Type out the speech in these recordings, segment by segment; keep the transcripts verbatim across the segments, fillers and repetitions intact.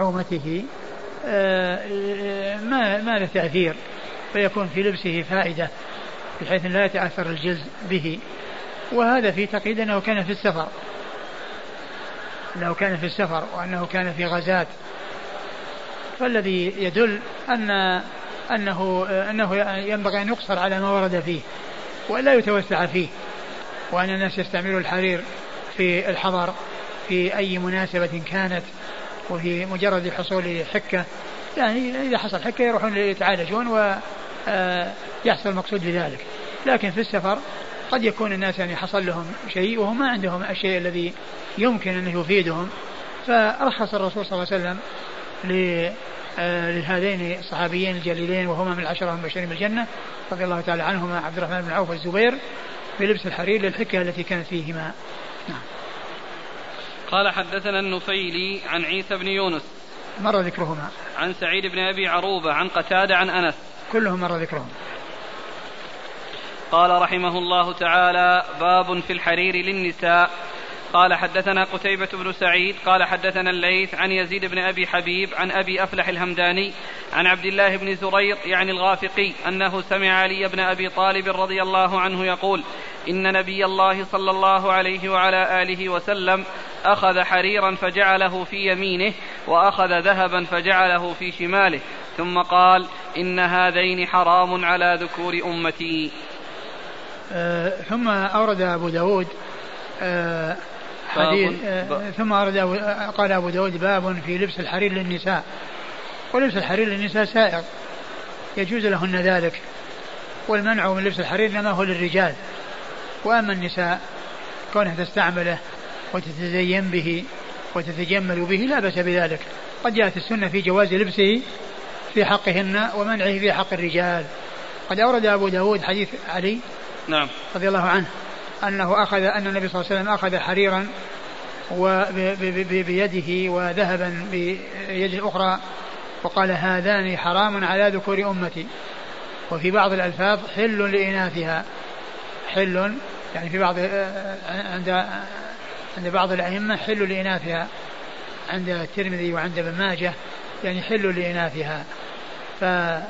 عومته ما ما له تأثير، فيكون في لبسه فائدة بحيث لا يتأثر الجلد به. وهذا في تقييد أنه كان في السفر، أنه كان في السفر وأنه كان في غزاة، فالذي يدل أن أنه أنه ينبغي أن يقصر على ما ورد فيه ولا يتوسع فيه، وأن الناس يستعملوا الحرير في الحضر في أي مناسبة كانت، وفي مجرد حصول حكة، يعني إذا حصل حكة يروحون يتعالجون ويحصل المقصود بذلك. لكن في السفر قد يكون الناس يعني حصل لهم شيء وهم ما عندهم الشيء الذي يمكن أن يفيدهم، فرخص الرسول صلى الله عليه وسلم لهذين الصحابيين الجليلين وهما من العشرة المبشرين بالجنة رضي الله تعالى عنهما عبد الرحمن بن عوف والزبير بلبس الحرير للحكة التي كانت فيهما. نعم. قال حدثنا النفيلي عن عيسى بن يونس مر ذكرهما، عن سعيد بن أبي عروبة عن قتادة عن أنس كلهم مر ذكرهم. قال رحمه الله تعالى: باب في الحرير للنساء. قال حدثنا قتيبة بن سعيد قال حدثنا الليث عن يزيد بن أبي حبيب عن أبي أفلح الهمداني عن عبد الله بن زريق يعني الغافقي أنه سمع علي بن أبي طالب رضي الله عنه يقول: إن نبي الله صلى الله عليه وعلى آله وسلم أخذ حريرا فجعله في يمينه وأخذ ذهبا فجعله في شماله، ثم قال: إن هذين حرام على ذكور أمتي. أه ثم أورد أبو داود أه حديث أه ثم أورد أبو قال أبو داود: باب في لبس الحرير للنساء. ولبس الحرير للنساء سائر يجوز لهن ذلك، والمنع من لبس الحرير إنما هو للرجال، وأما النساء كونها تستعمله وتتزين به وتتجمل به لا بأس بذلك. قد جاءت السنة في جواز لبسه في حقهن ومنعه في حق الرجال. قد أورد أبو داود حديث علي نعم رضي الله عنه أنه أخذ أن النبي صلى الله عليه وسلم أخذ حريرا بيده وذهبا بيد الأخرى وقال: هذان حرام على ذكور أمتي. وفي بعض الألفاظ: حل لإناثها. حل يعني في بعض عند عند بعض الأئمة حل لإناثها، عند الترمذي وعند ابن ماجه يعني حل لإناثها. ف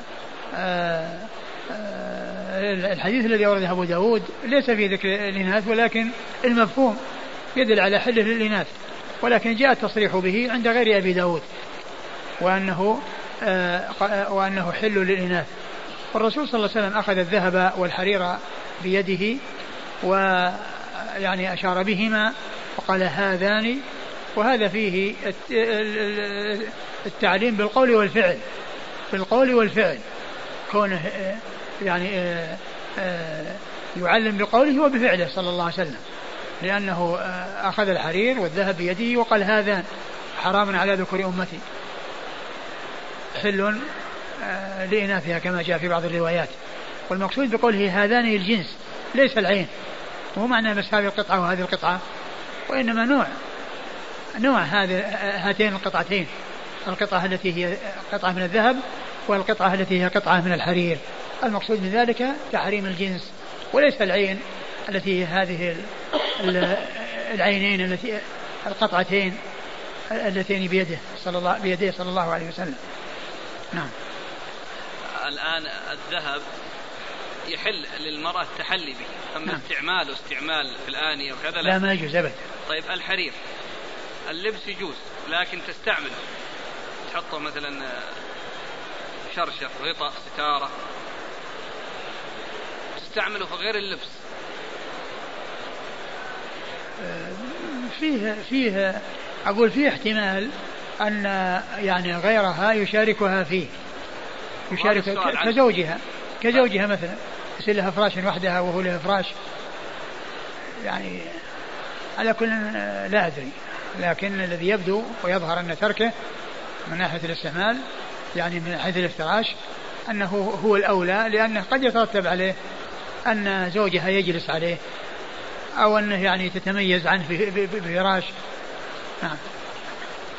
الحديث الذي أورده أبو داود ليس في ذكر الإناث، ولكن المفهوم يدل على حله للإناث، ولكن جاء التصريح به عند غير أبي داود وأنه وأنه حل للإناث. والرسول صلى الله عليه وسلم أخذ الذهب والحرير بيده ويعني أشار بهما وقال: هذان. وهذا فيه التعليم بالقول والفعل، بالقول والفعل، كونه يعني يعلم بقوله وبفعله صلى الله عليه وسلم، لأنه أخذ الحرير والذهب بيده وقال: هذان حرام على ذكور أمتي، حل لإناثها كما جاء في بعض الروايات. والمقصود بقوله هذان الجنس ليس العين، وهو معنى بس هذه القطعة وهذه القطعة، وإنما نوع نوع هذه هاتين القطعتين، القطعة التي هي قطعة من الذهب والقطعة التي هي قطعة من الحرير. المقصود من ذلك تحريم الجنس وليس العين التي هي هذه العينين التي القطعتين اللتين بيده صلى الله بيده صلى الله عليه وسلم. نعم. الآن الذهب يحل للمرأة التحلي به، أما نعم. استعماله استعمال في الآنية وكذا لا, لا ما يجوز أبدا. طيب الحرير اللبس يجوز، لكن تستعمله تحطه مثلا شرشف غطاء ستارة، تستعمله في غير اللبس. فيه فيه أقول فيه احتمال أن يعني غيرها يشاركها فيه، يشارك كزوجها كزوجها مثلا يصير لها فراش وحدها وهو له فراش، يعني على كل لا أدري، لكن الذي يبدو ويظهر أن تركه من ناحية الاستعمال يعني من حيث الافتراش أنه هو الأولى، لأنه قد يترتب عليه أن زوجها يجلس عليه أو أنه يعني تتميز عنه بفراش. نعم.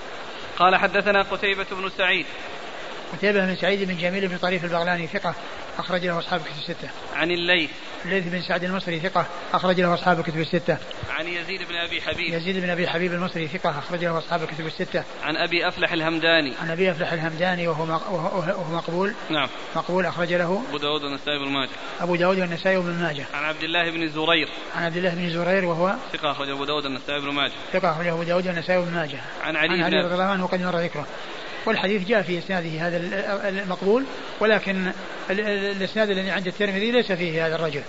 قال حدثنا قتيبة بن سعيد. قتيبة بن سعيد بن جميل بن طريف البغلاني ثقة أخرج له أصحاب الكتب الستة. عن الليث الليث بن سعد المصري ثقة أخرج له أصحاب الكتب الستة. عن يزيد بن أبي حبيب يزيد بن أبي حبيب المصري ثقة أخرج له أصحاب الكتب الستة. عن أبي أفلح الهمداني عن أبي أفلح الهمداني وهو وهو مقبول. نعم مقبول أخرج له أبو داود والنسائي بن ماجه. أبو داود والنسائي بن ماجه. عن عبد الله بن زرير عن عبد الله بن زرير وهو ثقة أخرج أبو داود والنسائي بن ماجه. ثقة أخرج أبو داود والنسائي بن ماجه. عن علي, عن علي رضي الله عنه وقد مر ذكره. والحديث جاء في إسناده هذا المقبول ولكن الإسناد الذي عند الترمذي ليس فيه هذا الرجل.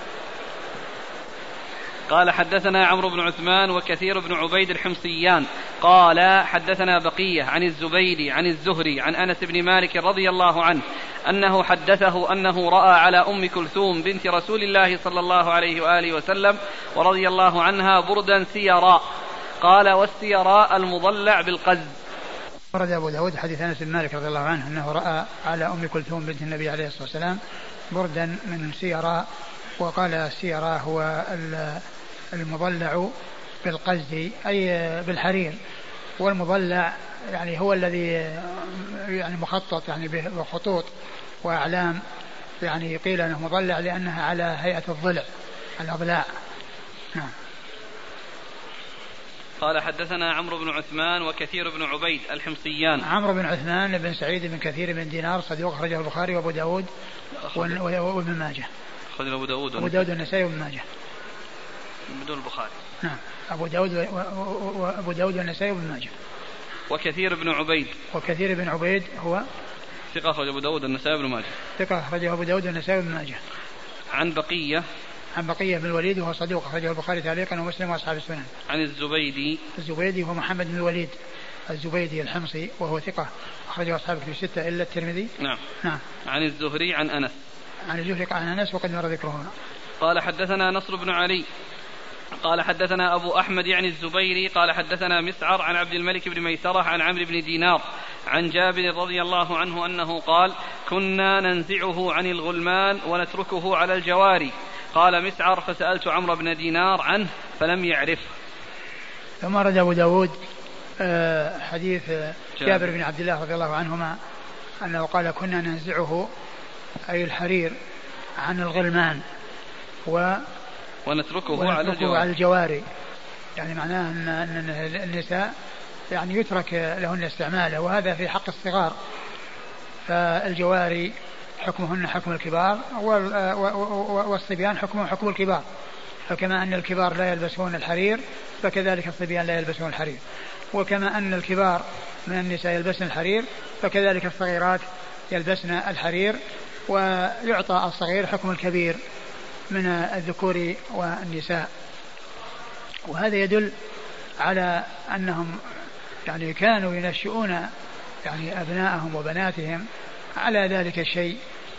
قال حدثنا عمرو بن عثمان وكثير بن عبيد الحمصيان قال حدثنا بقية عن الزبيدي عن الزهري عن أنس بن مالك رضي الله عنه أنه حدثه أنه رأى على أم كلثوم بنت رسول الله صلى الله عليه وآله وسلم ورضي الله عنها بردا سيراء. قال والسيراء المضلع بالقز. ورد أبو داود حديث أنس بن مالك رضي الله عنه أنه رأى على أم كلثوم بنت النبي عليه الصلاة والسلام بردا من سيراء. وقال السيراء هو المضلع بالقز أي بالحرير. والمضلع يعني هو الذي يعني مخطط يعني بخطوط وأعلام يعني قيل أنه مضلع لأنها على هيئة الضلع الأضلاع. نعم. قال حدثنا عمرو بن عثمان وكثير بن عبيد الحمصيان. عمرو بن عثمان بن سعيد بن كثير بن دينار صدوق أخرجه البخاري وأبو داود وابن ماجه. أخرج أبو داود أبو داود والنسائي وابن ماجه بدون البخاري. نعم أبو داود وأبو داود والنسائي وابن ماجه. وكثير بن عبيد وكثير بن عبيد هو ثقة أخرج أبو داود والنسائي وابن ماجه. ثقة أخرجه أبو داود والنسائي وابن ماجه. عن بقية عن بقية بن الوليد وهو صدوق أخرجه البخاري تعليقا ومسلم وأصحاب السنن. عن الزبيدي الزبيدي هو محمد بن الوليد الزبيدي الحمصي وهو ثقة أخرجه أصحاب الكتب الستة إلا الترمذي. نعم. نعم. عن الزهري عن أنس عن الزهري عن أنس وقد مر ذكره. قال حدثنا نصر بن علي قال حدثنا أبو أحمد يعني الزبيري قال حدثنا مسعر عن عبد الملك بن ميسرة عن عمرو بن دينار عن جابر رضي الله عنه أنه قال كنا ننزعه عن الغلمان ونتركه على الجواري. قال مسعر فسألت عمرو بن دينار عنه فلم يعرفه. ثم رد أبو داود حديث جابر بن عبد الله رضي الله عنهما أنه قال كنا ننزعه أي الحرير عن الغلمان و ونتركه على الجواري. على الجواري يعني معناه أن النساء يعني يترك لهن استعماله وهذا في حق الصغار. فالجواري حكمهن حكم الكبار والصبيان حكمهم حكم الكبار. فكما أن الكبار لا يلبسون الحرير فكذلك الصبيان لا يلبسون الحرير. وكما أن الكبار من النساء يلبسن الحرير فكذلك الصغيرات يلبسن الحرير. ويعطى الصغير حكم الكبير من الذكور والنساء. وهذا يدل على أنهم يعني كانوا ينشئون يعني أبناءهم وبناتهم على ذلك الشيء.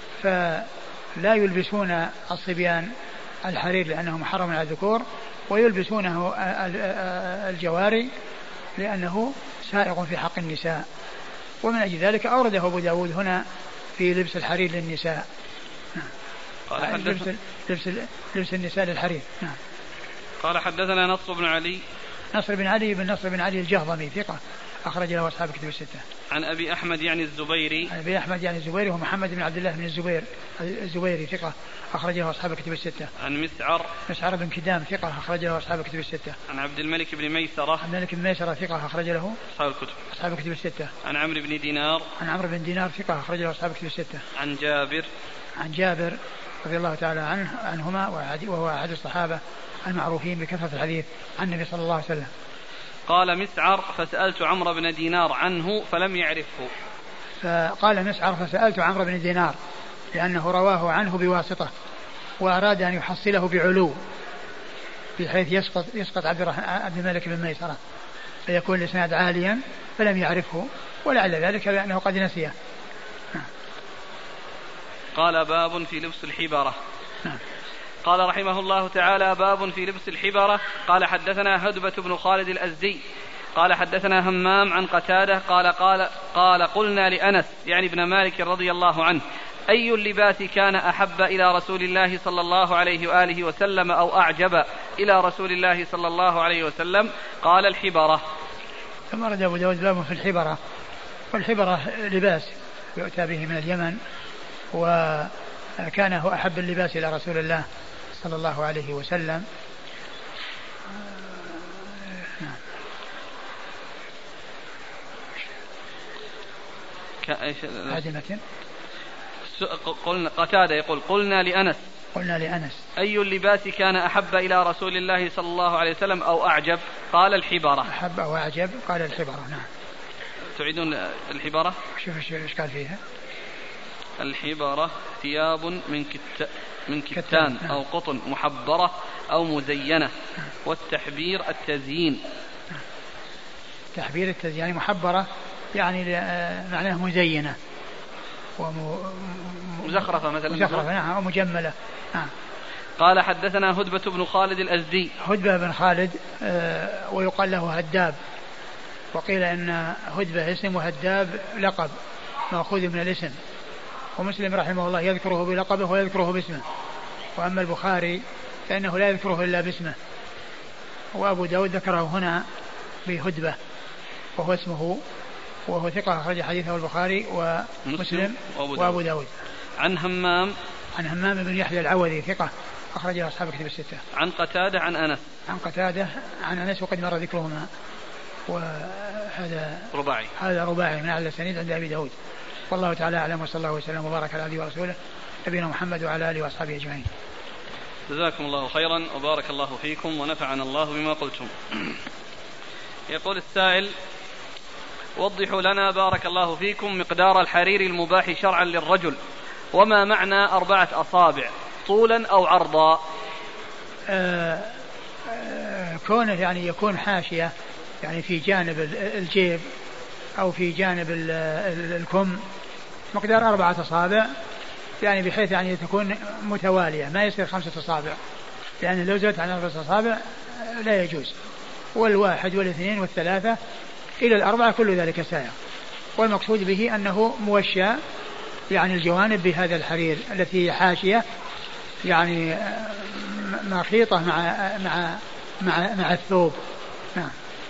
فلا يلبسون الصبيان الحرير لأنه محرم على الذكور ويلبسونه الجواري لأنه سائغ في حق النساء. ومن أجل ذلك أورده أبو داود هنا في لبس الحرير للنساء. قال لبس, لبس, لبس النساء للحرير. نعم. قال حدثنا نصر بن علي نصر بن علي بن نصر بن علي الجهضمي ثقة أخرج له أصحاب الكتب الستة. عن أبي أحمد يعني الزبيري عن أبي أحمد يعني الزبيري هو محمد بن عبد الله بن الزبير الزبيري ثقة أخرج له أصحاب الكتب الستة. عن مسعر مسعر بن كدام ثقة أخرج له أصحاب الكتب الستة. عن عبد الملك بن ميسرة عبد الملك بن ميسرة ثقة أخرج له أصحاب الكتب أصحاب الكتب الستة. عن عمرو بن دينار عن عمرو بن دينار ثقة أخرج له أصحاب الكتب الستة. عن جابر عن جابر رضي الله تعالى عنه عنهما وهو أحد الصحابة المعروفين بكثرة الحديث عن النبي صلى الله عليه وسلم. قال مسعر فسألت عمرو بن دينار عنه فلم يعرفه. فقال مسعر فسألت عمرو بن دينار لأنه رواه عنه بواسطة وأراد أن يحصله بعلو بحيث يسقط, يسقط عبد الملك بن ميسرة فيكون الإسناد عاليا فلم يعرفه ولعل ذلك لأنه قد نسيه. قال باب في لبس الحبرة. قال رحمه الله تعالى باب في لبس الحبرة. قال حدثنا هدبة بن خالد الأزدي قال حدثنا همام عن قتادة قال قال قال قلنا لأنس يعني ابن مالك رضي الله عنه أي اللباس كان أحب إلى رسول الله صلى الله عليه وآله وسلم أو أعجب إلى رسول الله صلى الله عليه وسلم؟ قال الحبرة. ثم رد أبو داود باب في الحبرة. والحبرة لباس يؤتى به من اليمن كان هو أحب اللباس إلى رسول الله صلى الله عليه وسلم. هذه قلنا قتادة يقول قلنا لأنس قلنا لأنس أي اللباس كان أحب إلى رسول الله صلى الله عليه وسلم أو أعجب؟ قال الحبرة. أحب أو أعجب؟ قال الحبرة. نعم. تعيدون الحبرة؟ شوف ايش قال فيها. الحبرة ثياب من كت من كتان أو قطن محبرة أو مزينة. والتحبير التزيين. تحبير التزيين يعني محبرة يعني معناه مزينة ومزخرفة مثلا. مزخرفة نعم ومجملة. نعم. قال حدثنا هدبة بن خالد الأزدي. هدبة بن خالد آه ويقال له هداب، وقيل إن هدبة اسم وهداب لقب مأخوذ من الاسم، ومسلم رحمه الله يذكره بلقبه ويذكره باسمه، وأما البخاري فإنه لا يذكره إلا باسمه، وأبو داود ذكره هنا بهدبة وهو اسمه، وهو ثقة أخرج حديثه البخاري ومسلم وأبو داود. عن همام عن همام بن يحيى العوذي ثقة أخرجه أصحاب الكتب الستة. عن قتادة عن أنس عن قتادة عن أنس وقد مر ذكرهما، وهذا رباعي هذا رباعي من أعلى السنيد عند أبي داود. والله تعالى أعلم، وصلى الله وسلم وبارك على عبده ورسوله نبينا محمد وعلى آله وأصحابه أجمعين. جزاكم الله خيرا وبارك الله فيكم ونفعنا الله بما قلتم. يقول السائل: وضحوا لنا بارك الله فيكم مقدار الحرير المباح شرعا للرجل، وما معنى أربعة أصابع طولا أو عرضا؟ آه آه كونه يعني يكون حاشية يعني في جانب الجيب أو في جانب الكم مقدار أربعة أصابع، يعني بحيث يعني تكون متوالية ما يصير خمسة أصابع، لأن لو زادت عن أربعة أصابع لا يجوز، والواحد والاثنين والثلاثة إلى الأربعة كل ذلك سائغ. والمقصود به أنه موشى يعني الجوانب بهذا الحرير التي حاشية يعني مخيطة مع مع مع مع الثوب. نعم.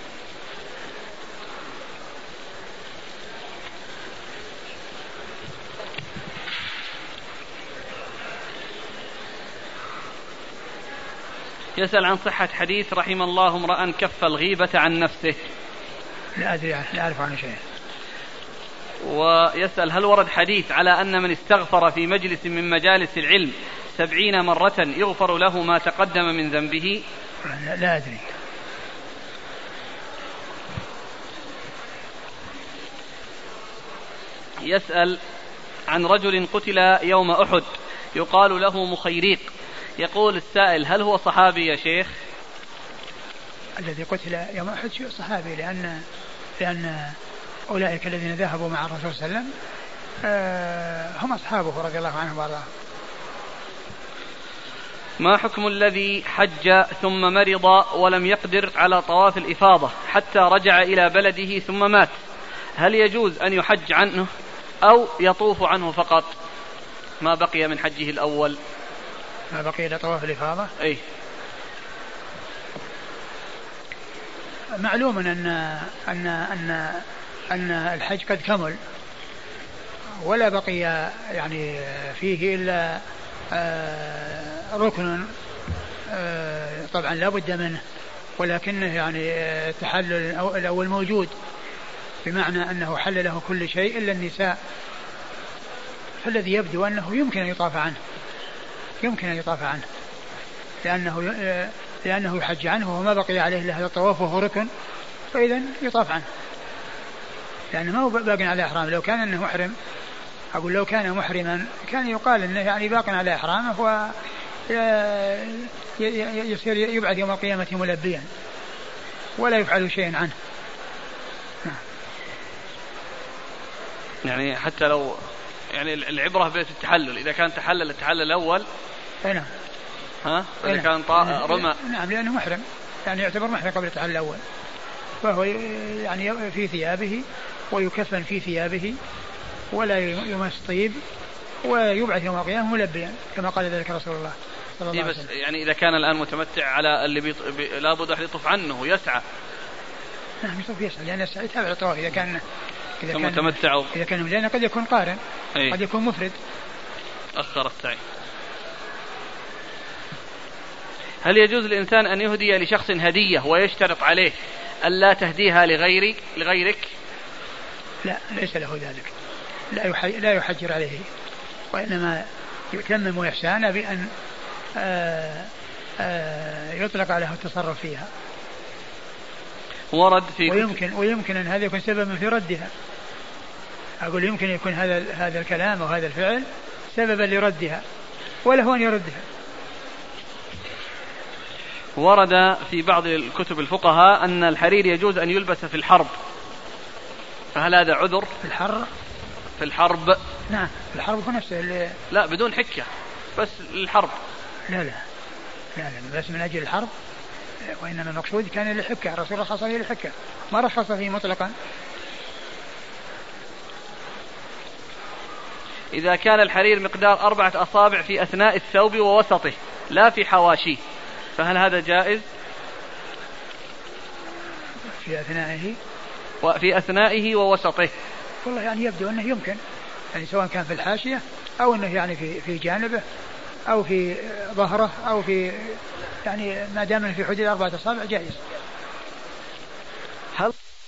يسأل عن صحة حديث رحم الله امرأ كف الغيبة عن نفسه. لا أدري، لا أعرف عنه شيء. ويسأل: هل ورد حديث على أن من استغفر في مجلس من مجالس العلم سبعين مرة يغفر له ما تقدم من ذنبه؟ لا, لا أدري. يسأل عن رجل قتل يوم أحد يقال له مخيريق، يقول السائل: هل هو صحابي يا شيخ؟ الذي قتل يوم أحد صحابي، لأن لأن أولئك الذين ذهبوا مع الرسول صلى الله عليه وسلم هم أصحابه رضي الله عنهم وارضاهم. ما حكم الذي حج ثم مرض ولم يقدر على طواف الإفاضة حتى رجع إلى بلده ثم مات؟ هل يجوز أن يحج عنه أو يطوف عنه فقط ما بقي من حجه الأول؟ ما بقي لطواف الإفاضة؟ أي. معلوم أن أن أن أن الحج قد كمل ولا بقي يعني فيه إلا ركن طبعا لا بد منه، ولكنه يعني التحلل الأول موجود، بمعنى أنه حل له كل شيء إلا النساء، فالذي يبدو أنه يمكن أن يطاف عنه يمكن أن يطاف عنه لأنه لأنه يحج عنه وما بقي عليه إلا هذا الطواف وهو ركن، فإذا يطاف عنه لأنه ما هو باقي على إحرام. لو كان أنه محرم، أقول لو كان محرما كان يقال أنه يعني باق على إحرامه ويصير يبعث يوم القيامة ملبيا ولا يفعل شيء عنه. يعني حتى لو يعني العبرة بيت التحلل، إذا كان تحلل التحلل الأول نعم ها إذا كان طاء رمى نعم لأنه محرم، يعني يعتبر محرم قبل التحلل الأول، فهو يعني في ثيابه ويكفن في ثيابه ولا يمس طيب ويبعث يوم القيامة ملبيا كما قال ذلك رسول الله صلى الله عليه وسلم. بس يعني إذا كان الآن متمتع على اللي بيط... بي... لابد أن يطوف عنه ويسعى. نعم يطوف يسعى لأن السعي تابع الطواف. إذا كان إذا كان متمتع إذا كان لأنه قد يكون قارن، قد يكون مفرد، أخر السعي. هل يجوز للإنسان أن يهدي لشخص هدية ويشترط عليه ألا تهديها لغيرك لغيرك؟ لا، ليس له ذلك، لا لا يحجر عليه، وإنما يتمم إحسانه بأن آآ آآ يطلق عليه التصرف فيها. ورد في ويمكن ويمكن أن هذا يكون سببا في ردها. أقول يمكن يكون هذا هذا الكلام أو هذا الفعل سببا لردها، وله أن يردها. ورد في بعض الكتب الفقهاء أن الحرير يجوز أن يلبس في الحرب، فهل هذا عذر؟ في الحر في الحرب نعم، في الحرب نفسه اللي... لا بدون حكة، بس الحرب. لا لا لا لا بس من أجل الحرب، وإنما المقصود كان للحكة، الرسول رخص فيه للحكة، ما رخص فيه مطلقا. إذا كان الحرير مقدار أربعة أصابع في أثناء الثوب ووسطه لا في حواشيه، فهل هذا جائز؟ في أثنائه وفي أثنائه ووسطه. والله يعني يبدو أنه يمكن، يعني سواء كان في الحاشية أو أنه يعني في في جانبه أو في ظهره أو في، يعني ما دام في حدود أربعة أصابع جائز. هل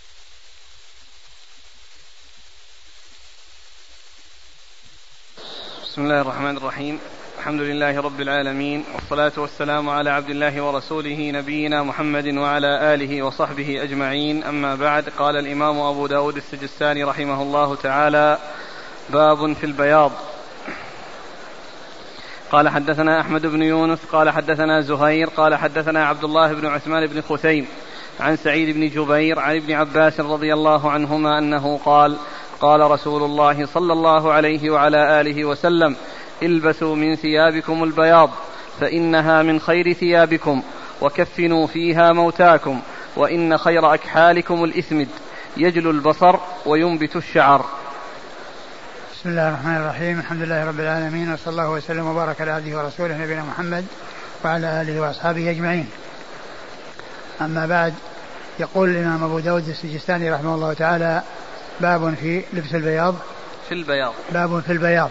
بسم الله الرحمن الرحيم، الحمد لله رب العالمين، والصلاة والسلام على عبد الله ورسوله نبينا محمد وعلى آله وصحبه أجمعين، أما بعد. قال الإمام أبو داود السجستاني رحمه الله تعالى: باب في البياض. قال حدثنا أحمد بن يونس قال حدثنا زهير قال حدثنا عبد الله بن عثمان بن خثيم عن سعيد بن جبير عن ابن عباس رضي الله عنهما أنه قال: قال رسول الله صلى الله عليه وعلى آله وسلم: البسوا من ثيابكم البياض فإنها من خير ثيابكم، وكفنوا فيها موتاكم، وإن خير أكحالكم الإثمد يجل البصر وينبت الشعر. بسم الله الرحمن الرحيم، الحمد لله رب العالمين، وصلى الله وسلم وبارك على عبده ورسوله نبينا محمد وعلى آله وأصحابه أجمعين. أما بعد، يقول الإمام أبو داود السجستاني رحمه الله تعالى: باب في لبس البياض. في البياض باب في البياض.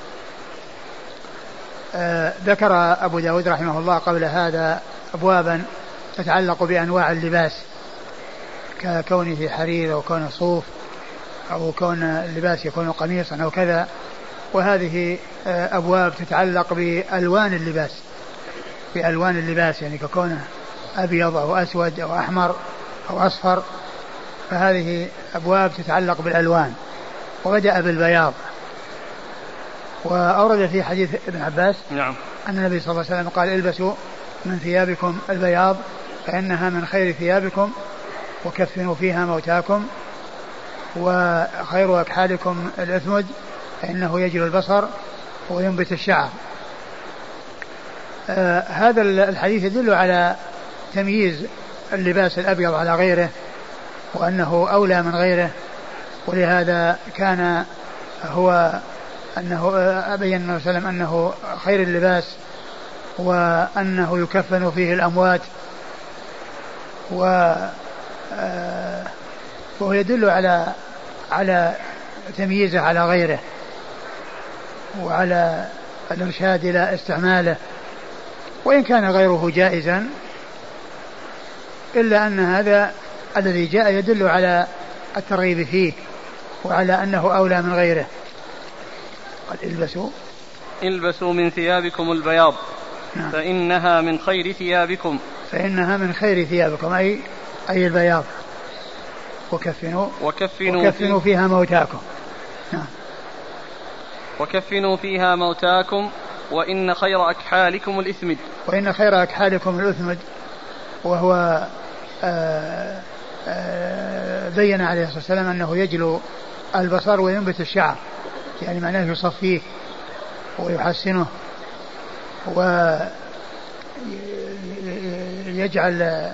آه ذكر أبو داود رحمه الله قبل هذا أبوابا تتعلق بأنواع اللباس، ككونه حرير أو كونه صوف أو كون اللباس يكون قميصا أو كذا، وهذه آه أبواب تتعلق بألوان اللباس، بألوان اللباس يعني ككونه أبيض أو أسود أو أحمر أو أصفر، فهذه أبواب تتعلق بالألوان. وبدأ بالبياض، وأورد في حديث ابن عباس نعم أن النبي صلى الله عليه وسلم قال: البسوا من ثيابكم البياض فإنها من خير ثيابكم، وكفنوا فيها موتاكم، وخير أكحالكم الأثمد فإنه يجل البصر وينبت الشعر. آه هذا الحديث يدل على تمييز اللباس الأبيض على غيره، وأنه أولى من غيره، ولهذا كان هو أنه أبين النبي صلى الله عليه وسلم أنه خير اللباس، وأنه يكفن فيه الأموات، وهو يدل على على تمييزه على غيره، وعلى الإرشاد إلى استعماله، وإن كان غيره جائزا إلا أن هذا الذي جاء يدل على الترغيب فيه وعلى أنه أولى من غيره. قد البسوا البسوا من ثيابكم البياض نعم. فإنها من خير ثيابكم فإنها من خير ثيابكم أي أي البياض، وكفنوا وكفنوا, وكفنوا فيها موتاكم نعم. وكفنوا فيها موتاكم، وإن خير أكحالكم الإثمد وإن خير أكحالكم الإثمد، وهو آآ آآ بين عليه الصلاة والسلام أنه يجلو البصر وينبت الشعر، يعني معناه يصفيه ويحسنه ويجعل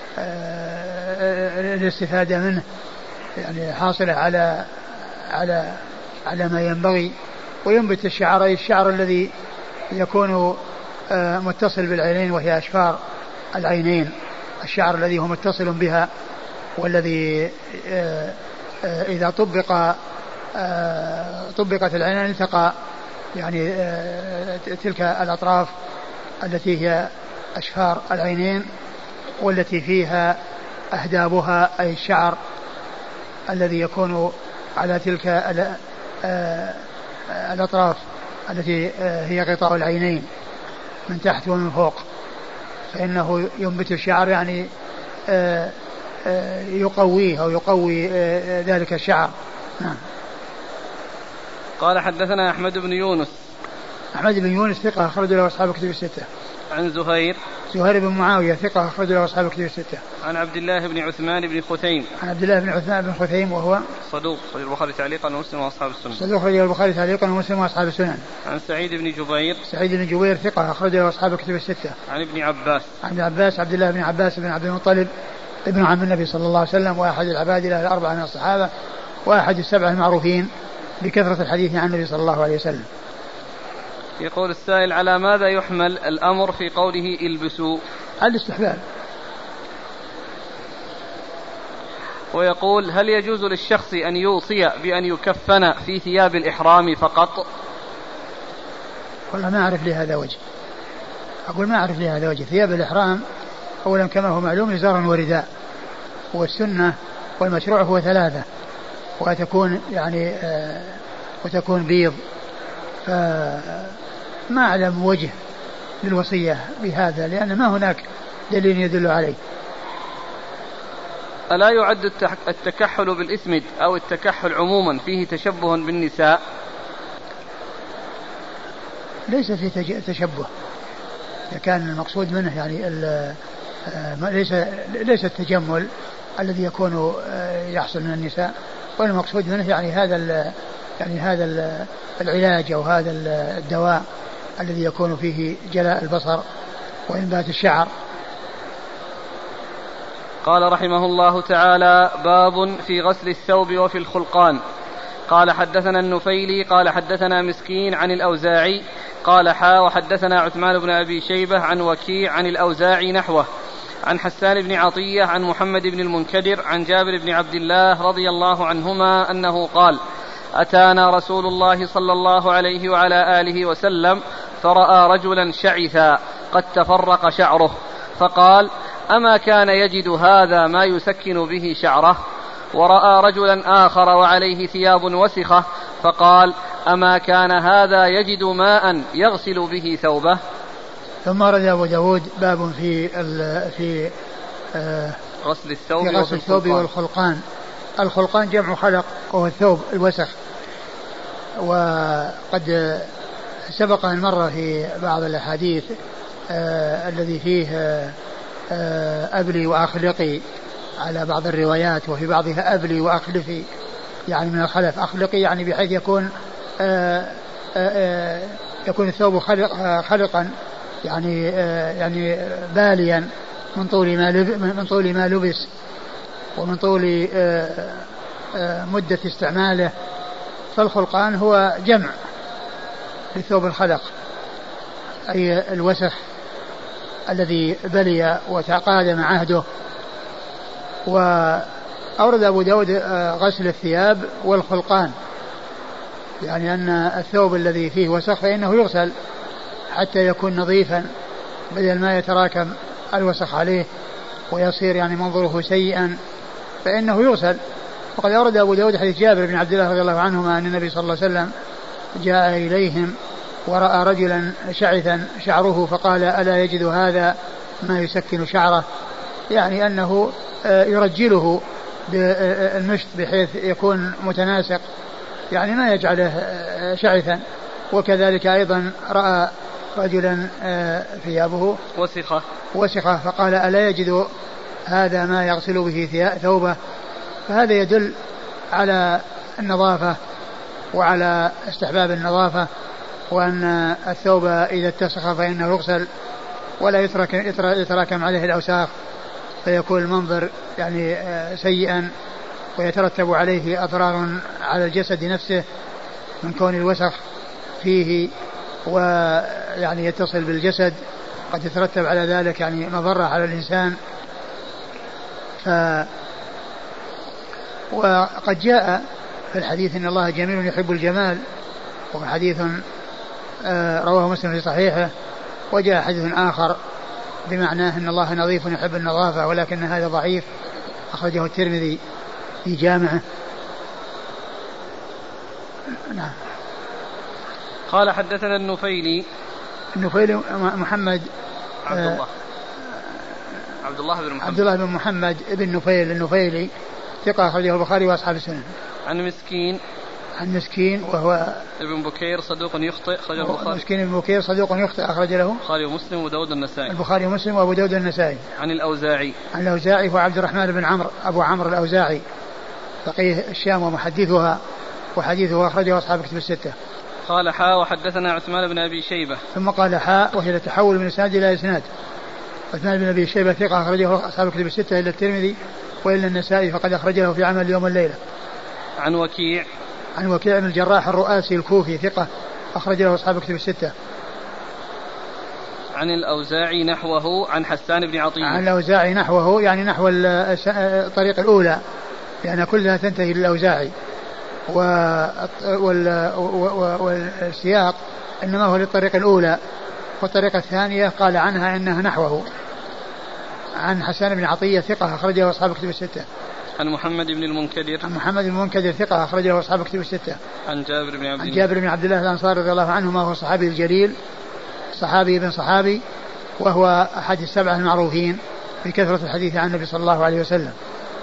الاستفادة منه يعني حاصلة على على على ما ينبغي. وينبت الشعر أي الشعر الذي يكون متصل بالعينين وهي أشفار العينين، الشعر الذي هو متصل بها، والذي إذا طبق طبقت العينان التقى يعني تلك الأطراف التي هي أشفار العينين والتي فيها أهدابها أي الشعر الذي يكون على تلك الأطراف التي هي غطاء العينين من تحت ومن فوق، فإنه ينبت الشعر يعني يقويه أو يقوي ذلك الشعر. نعم. قال حدثنا أحمد بن يونس. أحمد بن يونس ثقة أخرج له أصحاب الكتب الستة. عن زهير. زهير بن معاوية ثقة أخرج له أصحاب الكتب الستة. عن عبد الله بن عثمان بن خثيم. عن عبد الله بن عثمان بن خثيم وهو صدوق صحيح البخاري تعليقا ومسلم وأصحاب السنن. صدوق رجل البخاري تعليقا ومسلم وأصحاب السنن. عن سعيد بن جبير. سعيد بن جبير ثقة أخرج له أصحاب الكتب الستة. عن ابن عباس. عن ابن عباس عبد الله بن عباس بن عبد المطلب ابن عم النبي صلى الله عليه وسلم وأحد العباد له الأربعة من الصحابة وأحد السبعة المعروفين بكثرة الحديث عن النبي صلى الله عليه وسلم. يقول السائل على ماذا يحمل الأمر في قوله البسوا؟ الاستحباب. ويقول هل يجوز للشخص أن يوصي بأن يكفن في ثياب الإحرام فقط؟ والله ما أعرف لهذا وجه، أقول ما أعرف لهذا وجه. ثياب الإحرام أولا كما هو معلوم إزار ورداء، والسنة والمشروع هو ثلاثة، وتكون يعني آه وتكون بيض، فما أعلم وجه للوصية بهذا لأن ما هناك دليل يدل عليه. ألا يعد التكحل بالإسمد أو التكحل عموما فيه تشبه بالنساء؟ ليس فيه تشبه، إذا كان المقصود منه يعني ليس ليس التجمل الذي يكون يحصل من النساء، والمقصود منه يعني هذا يعني هذا العلاج أو هذا الدواء الذي يكون فيه جلاء البصر وإنبات الشعر. قال رحمه الله تعالى باب في غسل الثوب وفي الخلقان. قال حدثنا النفيلي قال حدثنا مسكين عن الأوزاعي قال حا وحدثنا عثمان بن أبي شيبة عن وكيع عن الأوزاعي نحوه عن حسان بن عطية عن محمد بن المنكدر عن جابر بن عبد الله رضي الله عنهما أنه قال أتانا رسول الله صلى الله عليه وعلى آله وسلم فرأى رجلا شعثا قد تفرق شعره فقال أما كان يجد هذا ما يسكن به شعره؟ ورأى رجلا آخر وعليه ثياب وسخة فقال أما كان هذا يجد ماء يغسل به ثوبه؟ ثم رد أبو داود باب في في آه غسل الثوب, في غسل الثوب والخلقان. الخلقان جمع خلق وهو الثوب الوسخ، وقد سبق أن مر في بعض الأحاديث آه الذي فيه آه أبلي وأخلقي على بعض الروايات، وفي بعضها أبلي وأخلفي يعني من الخلف، أخلقي يعني بحيث يكون آآ آآ يكون الثوب خلق خلقا يعني يعني باليا من طول ما من طول ما لبس ومن طول آآ آآ مدة استعماله. فالخلقان هو جمع للثوب الخلق أي الوسخ الذي بلي وتقادم عهده. وأورد أبو داود غسل الثياب والخلقان، يعني أن الثوب الذي فيه وسخ فإنه يغسل حتى يكون نظيفا بدل ما يتراكم الوسخ عليه ويصير يعني منظره سيئا، فإنه يغسل. وقد أورد أبو داود حديث جابر بن عبد الله رضي الله عنهما أن النبي صلى الله عليه وسلم جاء إليهم ورأى رجلا شعثا شعره فقال ألا يجد هذا ما يسكن شعره، يعني أنه يرجله بالمشط بحيث يكون متناسق يعني ما يجعله شعثا. وكذلك أيضا رأى رجلا ثيابه وسخة وسخة فقال ألا يجد هذا ما يغسل به ثوبه. فهذا يدل على النظافة وعلى استحباب النظافة، وأن الثوب إذا اتسخ فإنه يغسل ولا يترك يتراكم عليه الأوساخ فيكون المنظر يعني سيئا ويترتب عليه أضرار على الجسد نفسه من كون الوسخ فيه ويعني يتصل بالجسد، قد يترتب على ذلك يعني مضرة على الإنسان. ف وقد جاء في الحديث إن الله جميل يحب الجمال، وحديث رواه مسلم في صحيحه. وجاء حديث آخر بمعناه أن الله نظيف يحب النظافة، ولكن هذا ضعيف، أخرجه الترمذي في جامعه. نعم. قال حدثنا النفيلي النفيلي محمد عبد الله عبد الله بن محمد عبد الله بن محمد ابن نفيل النفيلي ثقة أخرجه البخاري وأصحاب السنن. عن مسكين عن مسكين وهو ابن بكير صدوق يخطئ أخرجه البخاري. مسكين ابن بكير صدوق يخطئ أخرج له البخاري ومسلم وداود النسائي. البخاري ومسلم وأبو داود النسائي. عن الأوزاعي عن الأوزاعي وعبد الرحمن بن عمرو أبو عمرو الأوزاعي فقيه الشام ومحدثها، وحديثه أخرجه أصحاب كتب الستة. قال حاء وحدثنا عثمان بن أبي شيبة. ثم قال حاء وهي تحول من إسناد إلى إسناد. عثمان بن أبي شيبة ثقة أخرجه أصحاب كتب الستة إلا الترمذي وإلا النسائي فقد أخرجه في عمل اليوم والليلة. عن وكيع عن وكيع بن الجراح الرؤاسي الكوفي ثقة أخرجه أصحاب كتب الستة. عن الأوزاعي نحوه عن حسان بن عطية. عن الأوزاعي نحوه يعني نحو الطريق الأولى، لأن يعني كلها تنتهي للأوزاعي، والسياق إنما هو للطريق الأولى، والطريقة الثانية قال عنها إنها نحوه. عن حسان بن عطية ثقة أخرجه أصحاب كتب الستة. عن محمد بن المنكدر. عن محمد بن المنكدر ثقة أخرجه أصحاب كتب الستة. عن جابر بن عبد الله. عن جابر بن عبد الله الأنصاري رضي الله عنه، ما هو صحابي الجليل، صحابي بن صحابي، وهو أحد السبعة المعروفين بكثرة الحديث عن النبي صلى الله عليه وسلم.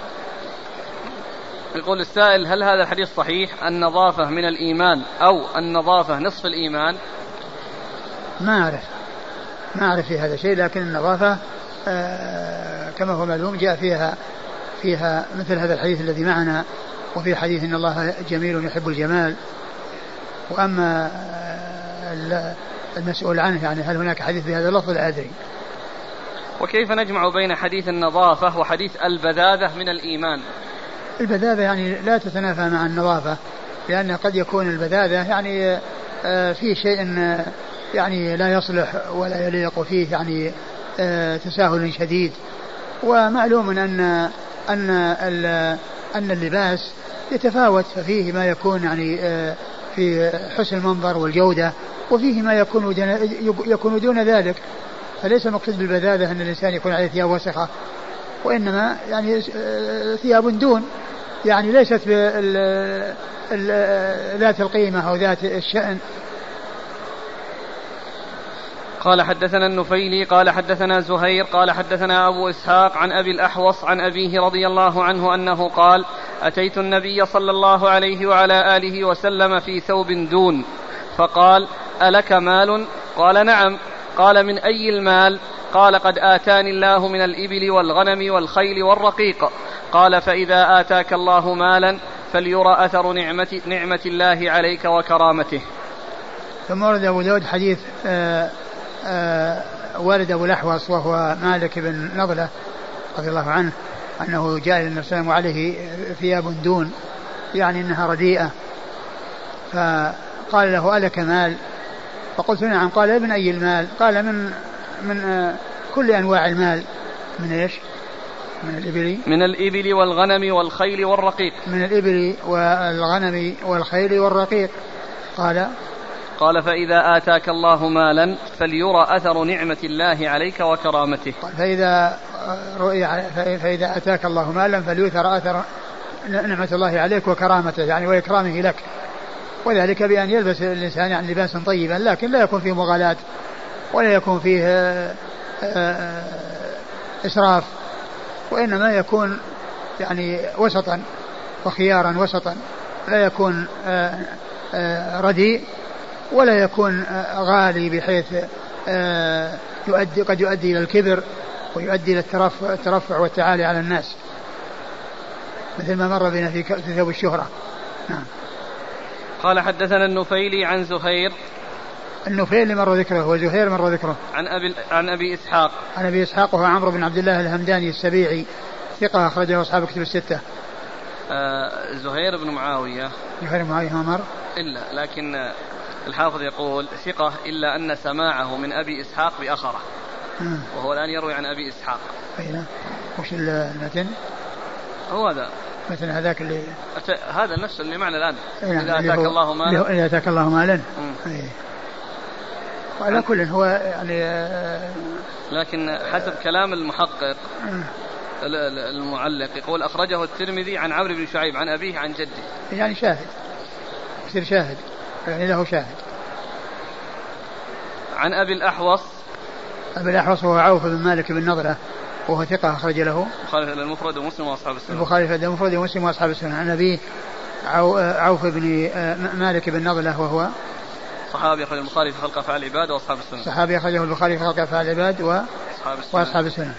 يقول السائل: هل هذا الحديث صحيح النظافة من الإيمان أو النظافة نصف الإيمان؟ ما أعرف ما أعرف في هذا شيء، لكن النظافة آه كما هو معلوم جاء فيها فيها مثل هذا الحديث الذي معنا، وفي حديث إن الله جميل يحب الجمال. وأما آه المسؤول عنه يعني هل هناك حديث بهذا اللفظ لا أدري. وكيف نجمع بين حديث النظافة وحديث البذاذة من الإيمان؟ البذاذة يعني لا تتنافى مع النظافة، لأن قد يكون البذاذة يعني آه فيه شيء يعني لا يصلح ولا يليق، وفيه يعني آه تساهل شديد. ومعلوم أن أن أن اللباس يتفاوت، ففيه ما يكون يعني آه في حسن المنظر والجودة، وفيه ما يكون يكون دون ذلك. فليس المقصود بالبذاذة أن الإنسان يكون عليه ثياب وسخة، وإنما يعني ثياب دون، يعني ليست ذات القيمة أو ذات الشأن. قال حدثنا النفيلي قال حدثنا زهير قال حدثنا أبو إسحاق عن أبي الأحوص عن أبيه رضي الله عنه أنه قال: أتيت النبي صلى الله عليه وعلى آله وسلم في ثوب دون، فقال: ألك مال؟ قال: نعم. قال: من أي المال؟ قال: قد آتاني الله من الإبل والغنم والخيل والرقيق. قال: فإذا آتاك الله مالا فليرى أثر نعمة, نعمة الله عليك وكرامته. ثم ورد أبو داود حديث آآ آآ والد أبو الأحوص وهو مالك بن نضلة رضي الله عنه أنه جاء إلى النبي صلى الله عليه وسلم عليه ثياب دون، يعني أنها رديئة، فقال له: ألك مال؟ فقلت: نعم. قال: ابن أي المال؟ قال: من من كل أنواع المال. من إيش؟ من الإبل من الإبل والغنم والخيل والرقيق. من الإبل والغنم والخيل والرقيق. قال قال: فإذا آتاك الله مالا فليرى أثر نعمة الله عليك وكرامته. فإذا رؤي فإذا آتاك الله مالا فليثر أثر نعمة الله عليك وكرامته، يعني وإكرامه لك، وذلك بأن يلبس الإنسان يعني لباسا طيبا، لكن لا يكون فيه مغالاة ولا يكون فيه إسراف، وإنما يكون يعني وسطا وخيارا وسطا، لا يكون رديء ولا يكون غالي بحيث يؤدي قد يؤدي إلى الكبر ويؤدي إلى الترفع والتعالي على الناس، مثل ما مر بنا في ثوب الشهرة. نعم. قال حدثنا النفيلي عن زهير. النفيلي مر ذكره وزهير مر ذكره. عن أبي عن أبي إسحاق. عن أبي إسحاق وهو عمرو بن عبد الله الهمداني السبيعي ثقة أخرجه أصحاب كتب الستة. آه زهير بن معاوية. زهير بن معاوية مر إلا لكن الحافظ يقول ثقة إلا أن سماعه من أبي إسحاق بأخره، وهو الآن يروي عن أبي إسحاق. أين وش المتن؟ هو هذا مثل هذاك اللي أت... هذا نفس اللي معنا الآن. إذا أتاك الله مالا. إذا أتاك الله مالا. وعلى كل هو يعني. لكن حسب كلام المحقق المعلق يقول أخرجه الترمذي عن عمرو بن شعيب عن أبيه عن جده، يعني شاهد، يصير شاهد، يعني له شاهد. عن أبي الأحوص، أبي الأحوص هو عوف بن مالك بن نضرة وهو ثقة أخرج له البخاري المفرد ومسلم وأصحاب السنن. البخاري المفرد ومسلم وأصحاب السنن. عن أبيه عوف بن مالك بن نضرة وهو صحابي أخرجه البخاري في خلق أفعال العباد وأصحاب السنن. صحابي أخرجه البخاري في خلق أفعال العباد وأصحاب السنن.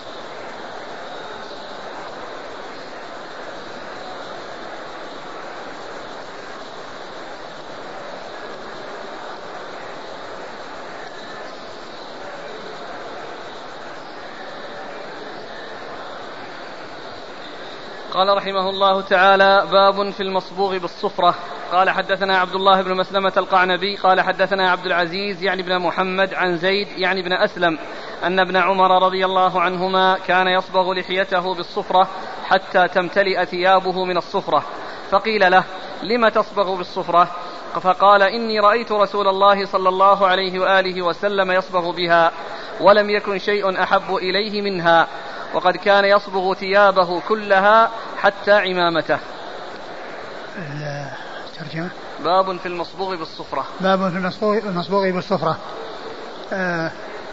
قال رحمه الله تعالى: باب في المصبوغ بالصفرة. قال حدثنا عبد الله بن مسلمة القعنبي قال حدثنا عبد العزيز يعني بن محمد عن زيد يعني بن أسلم أن ابن عمر رضي الله عنهما كان يصبغ لحيته بالصفرة حتى تمتلئ ثيابه من الصفرة، فقيل له: لم تصبغ بالصفرة؟ فقال: إني رأيت رسول الله صلى الله عليه وآله وسلم يصبغ بها ولم يكن شيء أحب إليه منها، وقد كان يصبغ ثيابه كلها حتى عمامته. الترجمة: باب في المصبوغ بالصفرة. باب في المصبوغ بالصفرة. آه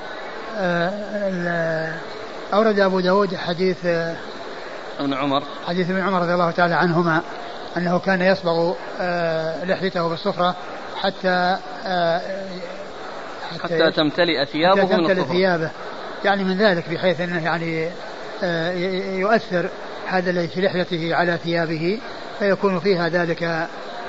آه أورد أبو داود حديث ابن عمر حديث ابن عمر رضي الله تعالى عنهما أنه كان يصبغ آه لحيته بالصفرة حتى آه حتى, حتى تمتلئ ثيابه حتى من الصفرة، ثيابه، يعني من ذلك بحيث أنه يعني آه يؤثر هذا الذي في لحيته على ثيابه فيكون فيها ذلك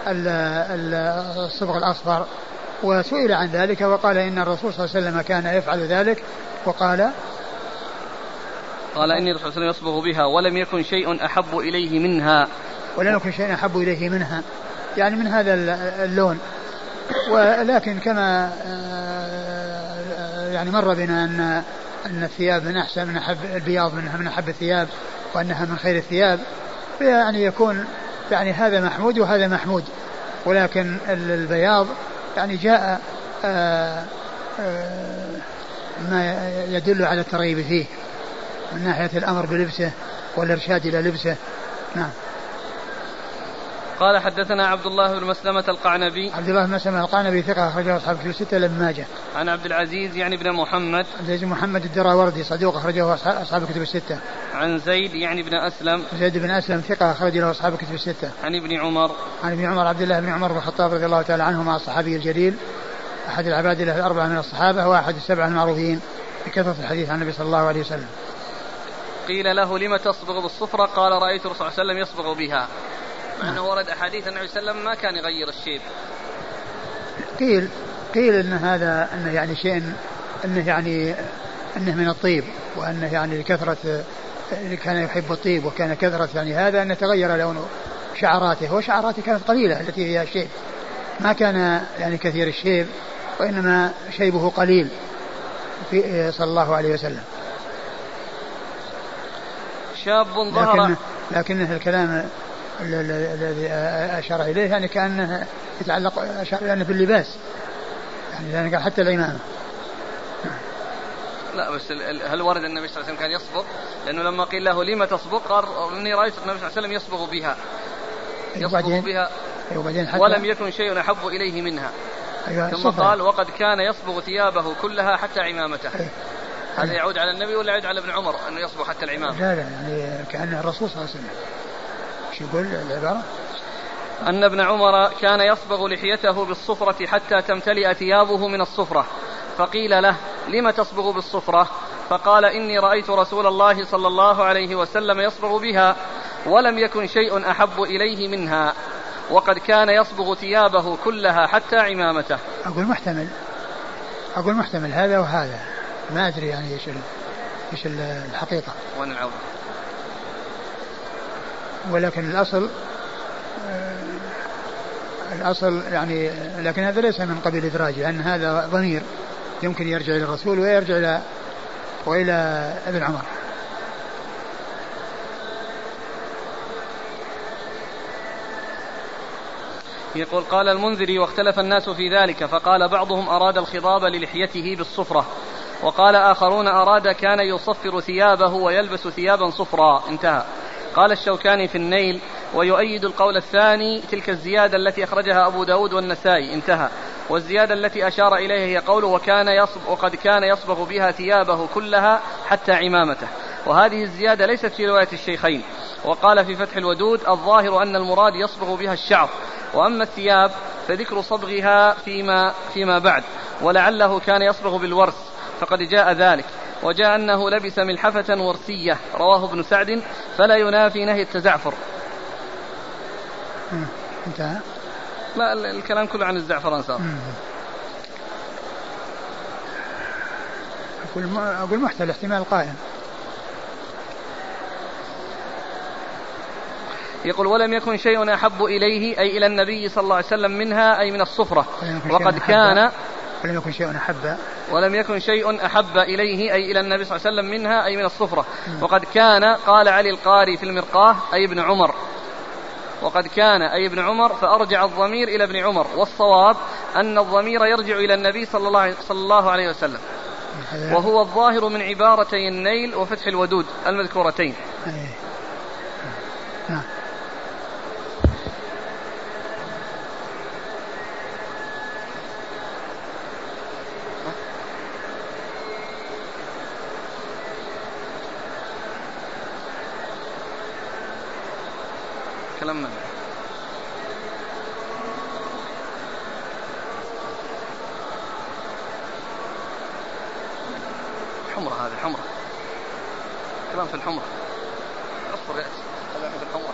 الصبغ الأصفر. وسئل عن ذلك وقال إن الرسول صلى الله عليه وسلم كان يفعل ذلك، وقال قال إني الرسول صلى الله عليه وسلم يصبغ بها ولم يكن شيء أحب إليه منها ولم يكن شيء أحب إليه منها، يعني من هذا اللون. ولكن كما يعني مر بنا أن أن الثياب من أحسن من أحب البياض منها من أحب الثياب وأنها من خير الثياب، يعني يكون يعني هذا محمود وهذا محمود، ولكن البياض يعني جاء آآ آآ ما يدل على الترغيب فيه من ناحية الأمر بلبسه والإرشاد إلى لبسه. نعم. قال حدثنا عبد الله بن مسلمة القعنبي عبد الله بن مسلمة القعنبي ثقة أخرجه أصحاب الكتب الستة إلا ابن ماجه. عن عبد العزيز يعني بن محمد عبد العزيز محمد الدراوردي صدوق أخرجه أصحاب الكتب الستة. عن زيد يعني بن أسلم زيد بن أسلم ثقة أخرج له أصحاب الكتب الستة. عن ابن عمر عن ابن عمر عبد الله بن عمر بن الخطاب رضي الله تعالى عنهما الصحابي الجليل أحد العبادلة الأربعة من الصحابة وأحد السبعة المعروفين بكثرة الحديث عن النبي صلى الله عليه وسلم. قيل له: لم تصبغ بالصفرة؟ قال: رأيت الرسول صلى الله عليه وسلم يصبغ بها، مع أنه ورد أحاديث النبي صلى الله عليه وسلم ما كان يغير الشيب. قيل قيل إن هذا أنه يعني شيء أنه يعني أنه من الطيب، وأنه يعني لكثرة كان يحب الطيب وكان كثرة يعني هذا أن تغير لون شعراته، وشعراته كانت قليلة التي فيها الشيب، ما كان يعني كثير الشيب وإنما شيبه قليل في صلى الله عليه وسلم. شاب ظهر لكنه, لكنه الكلام الذي أشار إليه يعني كأنه يتعلق أشار يعني باللباس، يعني لأنه حتى العمامة. لا بس هل ورد النبي صلى الله عليه وسلم كان يصبغ؟ لأنه لما قيل له: لما تصبغ؟ قال: إني رأيت النبي صلى الله عليه وسلم يصبغ بها يصبغ بها ولم يكن شيء أحب إليه منها. أيوة ثم قال: وقد كان يصبغ ثيابه كلها حتى عمامته. أيوة. هذا يعود على النبي ولا يعود على ابن عمر أنه يصبغ حتى العمامة؟ لا لا يعني كأنه الرسول صلى الله عليه وسلم. شو يقول العبارة؟ أن ابن عمر كان يصبغ لحيته بالصفرة حتى تمتلئ ثيابه من الصفرة، فقيل له: لم تصبغ بالصفرة؟ فقال: إني رأيت رسول الله صلى الله عليه وسلم يصبغ بها ولم يكن شيء أحب إليه منها، وقد كان يصبغ ثيابه كلها حتى عمامته. أقول محتمل أقول محتمل هذا وهذا، ما أدري يعني إيش إيش الحقيقة وين العودة، ولكن الأصل الأصل يعني، لكن هذا ليس من قبيل إدراج، لأن هذا ضمير يمكن يرجع إلى الرسول ويرجع إلى وإلى ابن عمر. يقول قال المنذري واختلف الناس في ذلك، فقال بعضهم أراد الخضاب للحيته بالصفرة، وقال آخرون أراد كان يصفر ثيابه ويلبس ثيابا صفرا. انتهى. قال الشوكاني في النيل ويؤيد القول الثاني تلك الزيادة التي أخرجها أبو داود والنسائي. انتهى. والزيادة التي أشار إليه هي قوله وكان يصب وقد كان يصبغ بها ثيابه كلها حتى عمامته، وهذه الزيادة ليست في رواية الشيخين. وقال في فتح الودود الظاهر أن المراد يصبغ بها الشعر، وأما الثياب فذكر صبغها فيما, فيما بعد، ولعله كان يصبغ بالورس فقد جاء ذلك، وجاء أنه لبس ملحفة ورسية رواه ابن سعد فلا ينافي نهي التزعفر. انتهى. لا الكلام كله عن الزعفران صار. أقول, أقول محتل احتمال قائم. يقول ولم يكن شيء أحب إليه أي إلى النبي صلى الله عليه وسلم منها أي من الصفرة، وقد كان ولم يكن شيء أحب ولم يكن شيء أحب إليه أي إلى النبي صلى الله عليه وسلم منها أي من الصفرة. وقد كان قال علي القاري في المرقاه أي ابن عمر، وقد كان أي ابن عمر فأرجع الضمير إلى ابن عمر، والصواب أن الضمير يرجع إلى النبي صلى الله, صلى الله عليه وسلم، وهو الظاهر من عبارتي النيل وفتح الودود المذكورتين. نعم. كلامنا حمرة، هذه حمرة، كلام في الحمرة، أصبر يأتي كلام في الحمرة.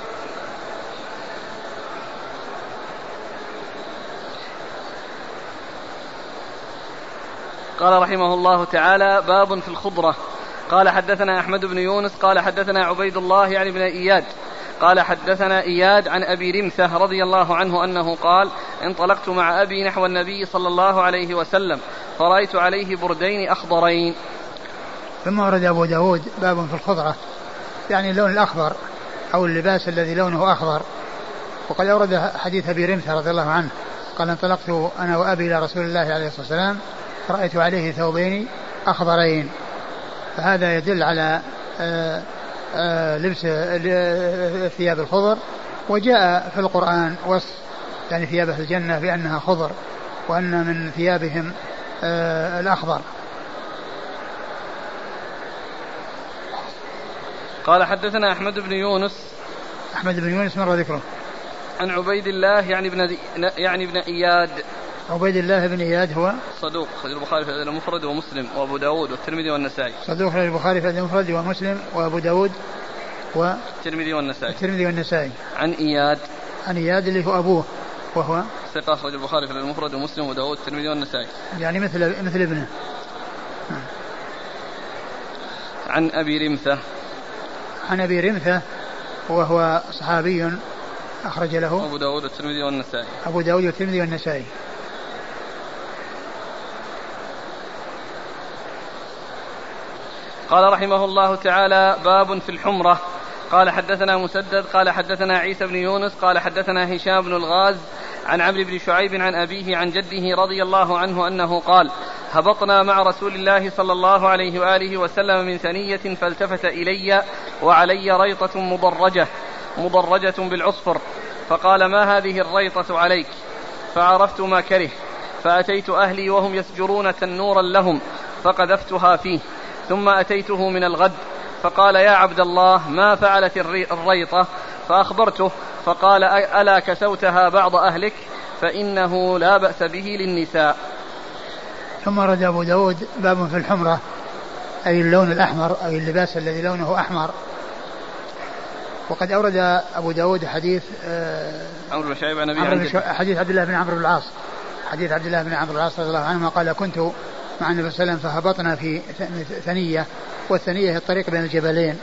قال رحمه الله تعالى باب في الخضرة. قال حدثنا أحمد بن يونس قال حدثنا عبيد الله يعني بن إياد قال حدثنا إياد عن أبي رمثة رضي الله عنه أنه قال انطلقت مع أبي نحو النبي صلى الله عليه وسلم فرأيت عليه بردين أخضرين. ثم ورد أبو داود باب في الخضرة، يعني اللون الأخضر أو اللباس الذي لونه أخضر. وقد أورد حديث أبي رمثة رضي الله عنه قال انطلقت أنا وأبي إلى رسول الله عليه الصلاة والسلام فرأيت عليه ثوبين أخضرين، فهذا يدل على آآ آآ لبس ثياب الخضر. وجاء في القرآن وصف يعني ثياب أهل الجنة بأنها خضر وأن من ثيابهم الأخضر. قال حدثنا أحمد بن يونس أحمد بن يونس مر ذكره عن عبيد الله يعني ابن يعني ابن إياد. عبيد الله بن إياد هو صدوق خرج البخاري في المفرد ومسلم وأبو داود والترمذي والنسائي. صدوق خرج البخاري في المفرد ومسلم وأبو داود والترمذي والنسائي. الترمذي والنسائي. عن إياد عن إياد اللي هو أبوه وهو ثقة خرج البخاري في المفرد ومسلم وأبو داود والترمذي والنسائي. يعني مثل مثل ابنه. عن أبي رمثة عن أبي رمثة وهو صحابي أخرج له أبو داود والترمذي والنسائي. أبو داود والترمذي والنسائي. قال رحمه الله تعالى باب في الحمرة. قال حدثنا مسدد قال حدثنا عيسى بن يونس قال حدثنا هشام بن الغاز عن عمرو بن شعيب عن أبيه عن جده رضي الله عنه أنه قال هبطنا مع رسول الله صلى الله عليه وآله وسلم من ثنية فالتفت إلي وعلي ريطة مضرجة مضرجة بالعصفر فقال ما هذه الريطة عليك؟ فعرفت ما كره فأتيت أهلي وهم يسجرون تنورا لهم فقذفتها فيه ثم أتيته من الغد فقال يا عبد الله ما فعلت الريطة؟ فأخبرته فقال ألا كسوتها بعض أهلك فإنه لا بأس به للنساء. ثم رد أبو داود باب في الحمرة أي اللون الأحمر أي اللباس الذي لونه أحمر. وقد أورد أبو داود حديث عمرو بن شعيب عن أبيه حديث عبد الله بن عمرو بن العاص حديث عبد الله بن عمرو بن العاص رضي الله عنهما قال كنت مع النبي صلى الله عليه وسلم فهبطنا في ثنية والثنية هي الطريق بين الجبلين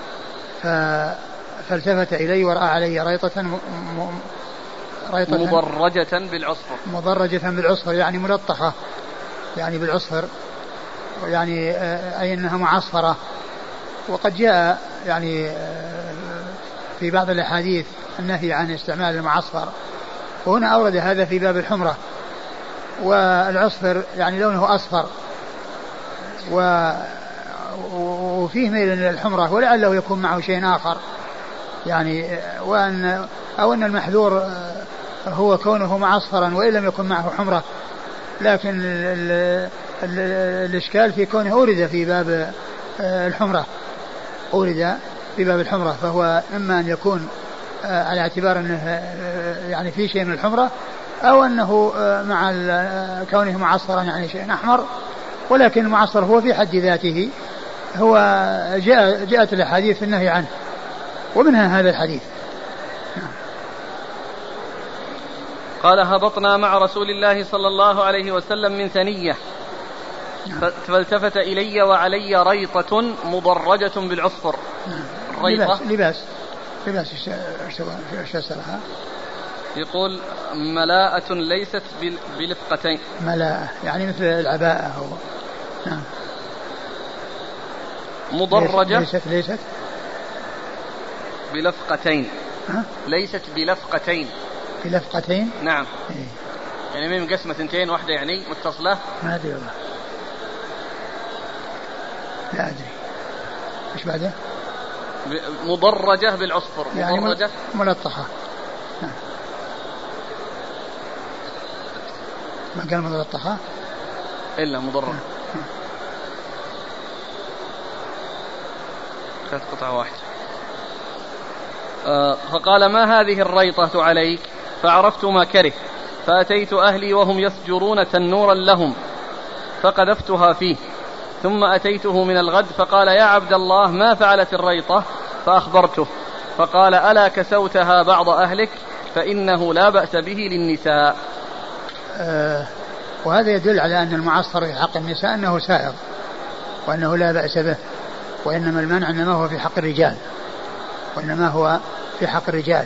فالتفت إلي ورأى علي ريطة م... ريطة مضرجة بالعصفر مضرجة بالعصفر يعني ملطخة يعني بالعصفر يعني أي أنها معصفرة. وقد جاء يعني في بعض الأحاديث النهي عن استعمال المعصفر وهنا أورد هذا في باب الحمرة. والعصفر يعني لونه أصفر وفيه ميل إلى الحمرة، ولعله يكون معه شيء آخر يعني، وأن أو أن المحذور هو كونه معصفرا وإن لم يكن معه حمرة، لكن ال ال ال الإشكال في كونه أورد في باب الحمرة، أورد في باب الحمرة، فهو إما أن يكون على اعتبار أنه يعني في شيء من الحمرة، أو أنه مع كونه معصفرا يعني شيء أحمر، ولكن المعصفر هو في حد ذاته هو جاء جاءت الأحاديث في النهي عنه، ومنها هذا الحديث. قال هبطنا مع رسول الله صلى الله عليه وسلم من ثنية فالتفت إلي وعلي ريطة مضرجة بالعصفر. لباس لباس لباس الشسرها يقول ملاءة ليست بلفقتين. ملاءة يعني مثل العباءة هو. نعم. مضرجة ليست ليست بلفقتين. ها؟ ليست بلفقتين. بلفقتين. نعم. إيه؟ يعني مين مقسمة ثنتين واحدة يعني متصلة. ما أدري والله، لا أدري إيش بعده. مضرجة بالعصفر. يعني مضرجة ملطخة. نعم. ما قال ملطخة إلا مضرجة. كانت قطعة واحدة. آه فقال ما هذه الريطة عليك؟ فعرفت ما كره، فأتيت أهلي وهم يسجرون تنورا لهم فقذفتها فيه، ثم أتيته من الغد فقال يا عبد الله ما فعلت الريطة؟ فأخبرته فقال ألا كسوتها بعض أهلك فإنه لا بأس به للنساء. آه وهذا يدل على أن المعصفر في حق النساء أنه سائغ وأنه لا بأس به، وإنما المنع إنما هو في حق الرجال، وإنما هو في حق الرجال.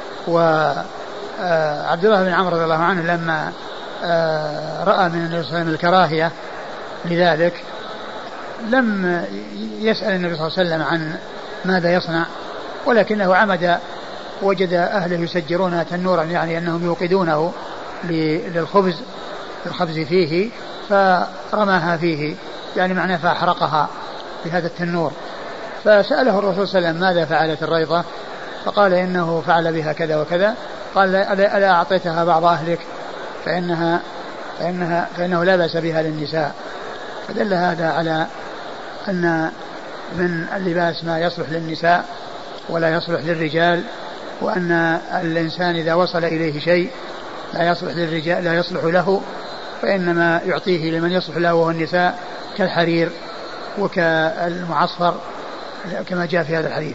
وعبد الله بن عمرو رضي الله عنه لما رأى من النبي صلى الله عليه وسلم الكراهية لذلك لم يسأل النبي صلى الله عليه وسلم عن ماذا يصنع، ولكنه عمد وجد أهله يسجرون تنورا، يعني أنهم يوقدونه للخبز الخبز فيه، فرماها فيه يعني معناه فأحرقها بهذا التنور. فسأله الرسول صلى الله عليه وسلم ماذا فعلت الريضة؟ فقال إنه فعل بها كذا وكذا. قال ألا أعطيتها بعض أهلك فإنها فإنها فإنه لا بأس بها للنساء. فدل هذا على أن من اللباس ما يصلح للنساء ولا يصلح للرجال، وأن الإنسان إذا وصل إليه شيء لا يصلح للرجال لا يصلح له فإنما يعطيه لمن يصلح له وهو النساء، كالحرير وكالمعصفر كما جاء في هذا الحديث.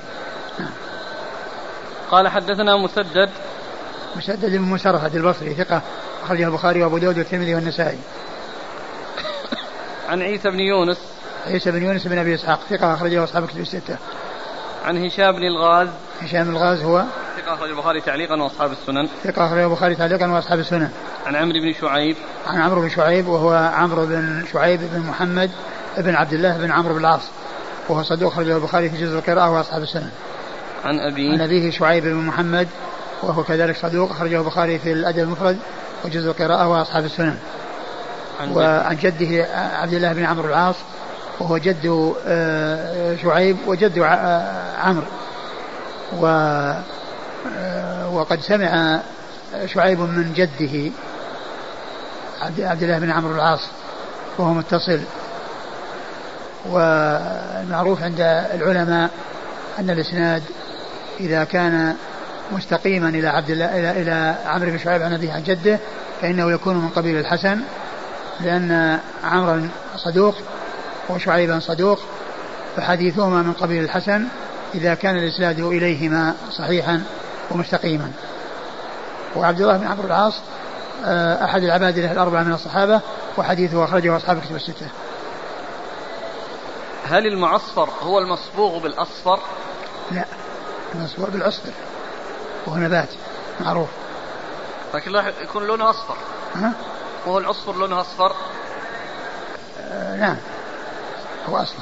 قال حدثنا مسدد مسدد بن مسرهد البصري ثقة أخرجه البخاري وأبو داود والترمذي والنسائي. عن عيسى بن يونس عيسى بن يونس بن أبي إسحاق ثقة أخرجه أصحاب الكتب الستة. عن هشام بن الغاز هشام بن الغاز هو ثقة أخرجه البخاري تعليقا وأصحاب السنن. ثقة أخرجه البخاري تعليقا وأصحاب السنن. عن عمرو بن شعيب عن عمرو بن شعيب وهو عمرو بن شعيب بن محمد بن عبد الله بن عمرو بن العاص، وهو صدوق أخرجه البخاري في جزء القراءة وأصحاب السنن. عن أبيه عن أبيه شعيب بن محمد وهو كذلك صدوق أخرجه البخاري في الأدب المفرد وجزء القراءة وأصحاب السنن. وعن جده عبد الله بن عمرو العاص وهو جد شعيب وجد عمرو، وقد سمع شعيب من جده عبد الله بن عمرو العاص وهو متصل. والمعروف عند العلماء أن الإسناد إذا كان مستقيما إلى عبد الله إلى إلى عمرو بن شعيب عن أبيه عن جده فإنه يكون من قبيل الحسن، لأن عمرا صدوق وشعيبا صدوق، فحديثهما من قبيل الحسن إذا كان الإسناد إليهما صحيحا ومستقيما. وعبد الله بن عمرو العاص أحد العباد له الأربعة من الصحابة، وحديثه أخرجه أصحاب الكتب الستة. هل المعصفر هو المصبوغ بالأصفر؟ لا، المصبوغ بالعصفر وهو نبات معروف، لكن لا يكون لونه أصفر. ها؟ وهو العصفر لونه أصفر؟ آه نعم هو أصفر،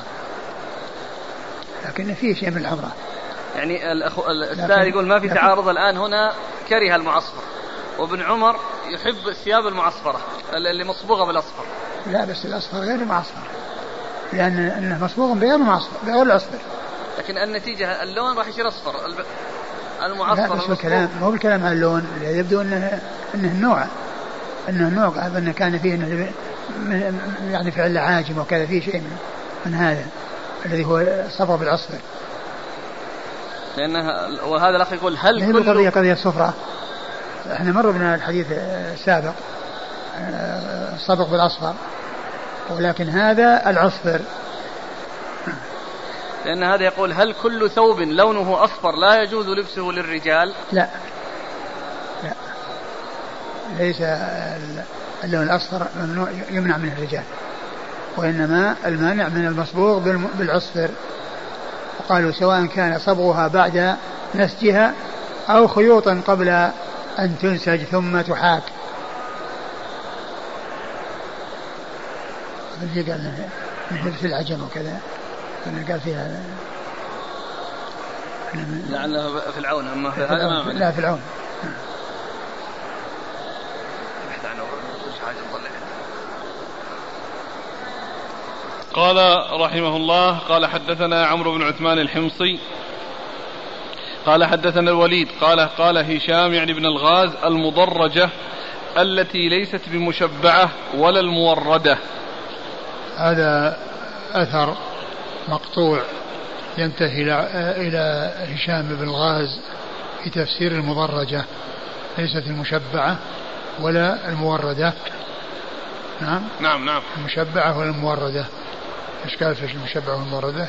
لكن فيه شيء من الحمرة. يعني الأخ... السائل يقول ما في تعارض الآن هنا، كره المعصفر وابن عمر يحب الثياب المعصفرة اللي مصبوغة بالأصفر. لا بس الأصفر غير المعصفر، لأن إنه مصبوغ بغير المعصفر بغير الأصفر، لكن النتيجة اللون راح يصير أصفر المعصفر. لا بس الكلام مو بالكلام عن اللون، يبدو إنه إنه النوع إنه النوع أظن كان فيه إنه يعني فعل عاجم وكذا، فيه شيء من, من هذا الذي هو صفر بالأصفر. لأنها وهذا الأخ يقول هل كل قضية قضية الصفرة، احنا مر بنا الحديث السابق السابق بالأصفر، ولكن هذا العصفر. لأن هذا يقول هل كل ثوب لونه أصفر لا يجوز لبسه للرجال؟ لا لا ليس اللون الأصفر يمنع من الرجال، وإنما المانع من المصبوغ بالعصفر. وقالوا سواء كان صبغها بعد نسجها أو خيوطا قبل أن تنسج ثم تحاك. اللي قال نلبس العجم وكذا قال فيها لعله في العون، أما في هذا ما لا في العون. قال رحمه الله قال حدثنا عمرو بن عثمان الحمصي قال حدثنا الوليد قال قال هشام يعني بن الغاز المضرجة التي ليست بمشبعة ولا الموردة. هذا أثر مقطوع ينتهي إلى هشام بن الغاز في تفسير المضرجة، ليست المشبعة ولا الموردة. نعم نعم نعم المشبعة ولا الموردة. إيش قال في المشبعة والموردة؟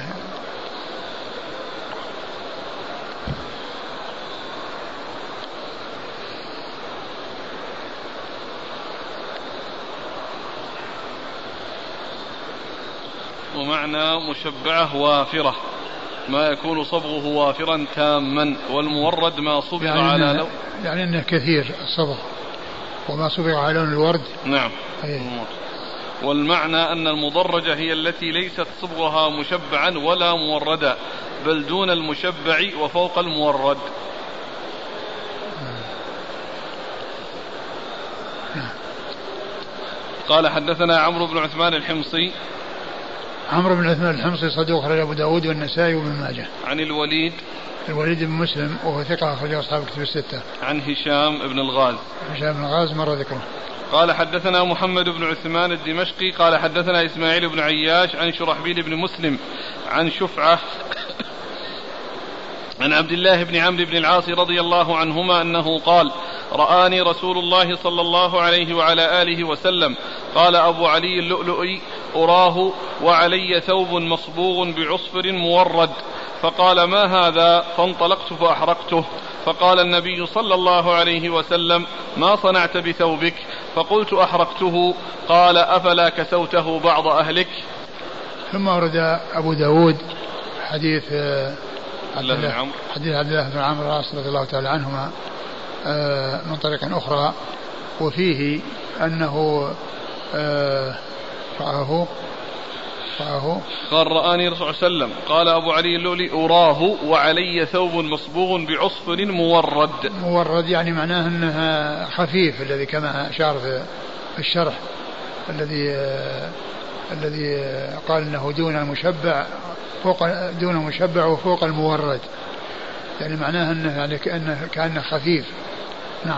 ومعنى مشبعة وافرة ما يكون صبغه وافرا تاما، والمورد ما صبغ يعني على لون، لون يعني انه كثير الصبغ وما صبغ على لون الورد. نعم أيه. والمعنى أن المضرجة هي التي ليست صبغها مشبعا ولا موردا بل دون المشبع وفوق المورد. قال حدثنا عمرو بن عثمان الحمصي. عمرو بن عثمان الحمصي صدوق أخرجه أبو داود والنسائي وابن ماجه. عن الوليد الوليد بن مسلم وهو ثقة أخرجه أصحاب الكتب الستة. عن هشام بن الغاز. هشام بن الغاز مر ذكره. قال حدثنا محمد بن عثمان الدمشقي قال حدثنا إسماعيل بن عياش عن شرحبيل بن مسلم عن شفعة عن عبد الله بن عمرو بن العاص رضي الله عنهما أنه قال رآني رسول الله صلى الله عليه وعلى آله وسلم. قال أبو علي اللؤلؤي أراه وعلي ثوب مصبوغ بعصفر مورد، فقال ما هذا؟ فانطلقت فأحرقته، فقال النبي صلى الله عليه وسلم ما صنعت بثوبك؟ فقلت أحرقته، قال أفلا كسوته بعض أهلك؟ ثم ورد أبو داود حديث عبد الله حديث عبد الله بن عمرو رضي الله تعالى عنهما من طريق أخرى، وفيه أنه رآه رآه قال رآني رسول الله صلى الله عليه وسلم. قال أبو علي اللؤلؤي أراه وعلي ثوب مصبوغ بعصفر مورد. مورد يعني معناه أنها خفيف، الذي كما أشار في الشرح الذي الذي قال أنه دون المشبع فوق دون المشبع وفوق المورد، يعني معناه أنه يعني كأنه كأنه خفيف. نعم.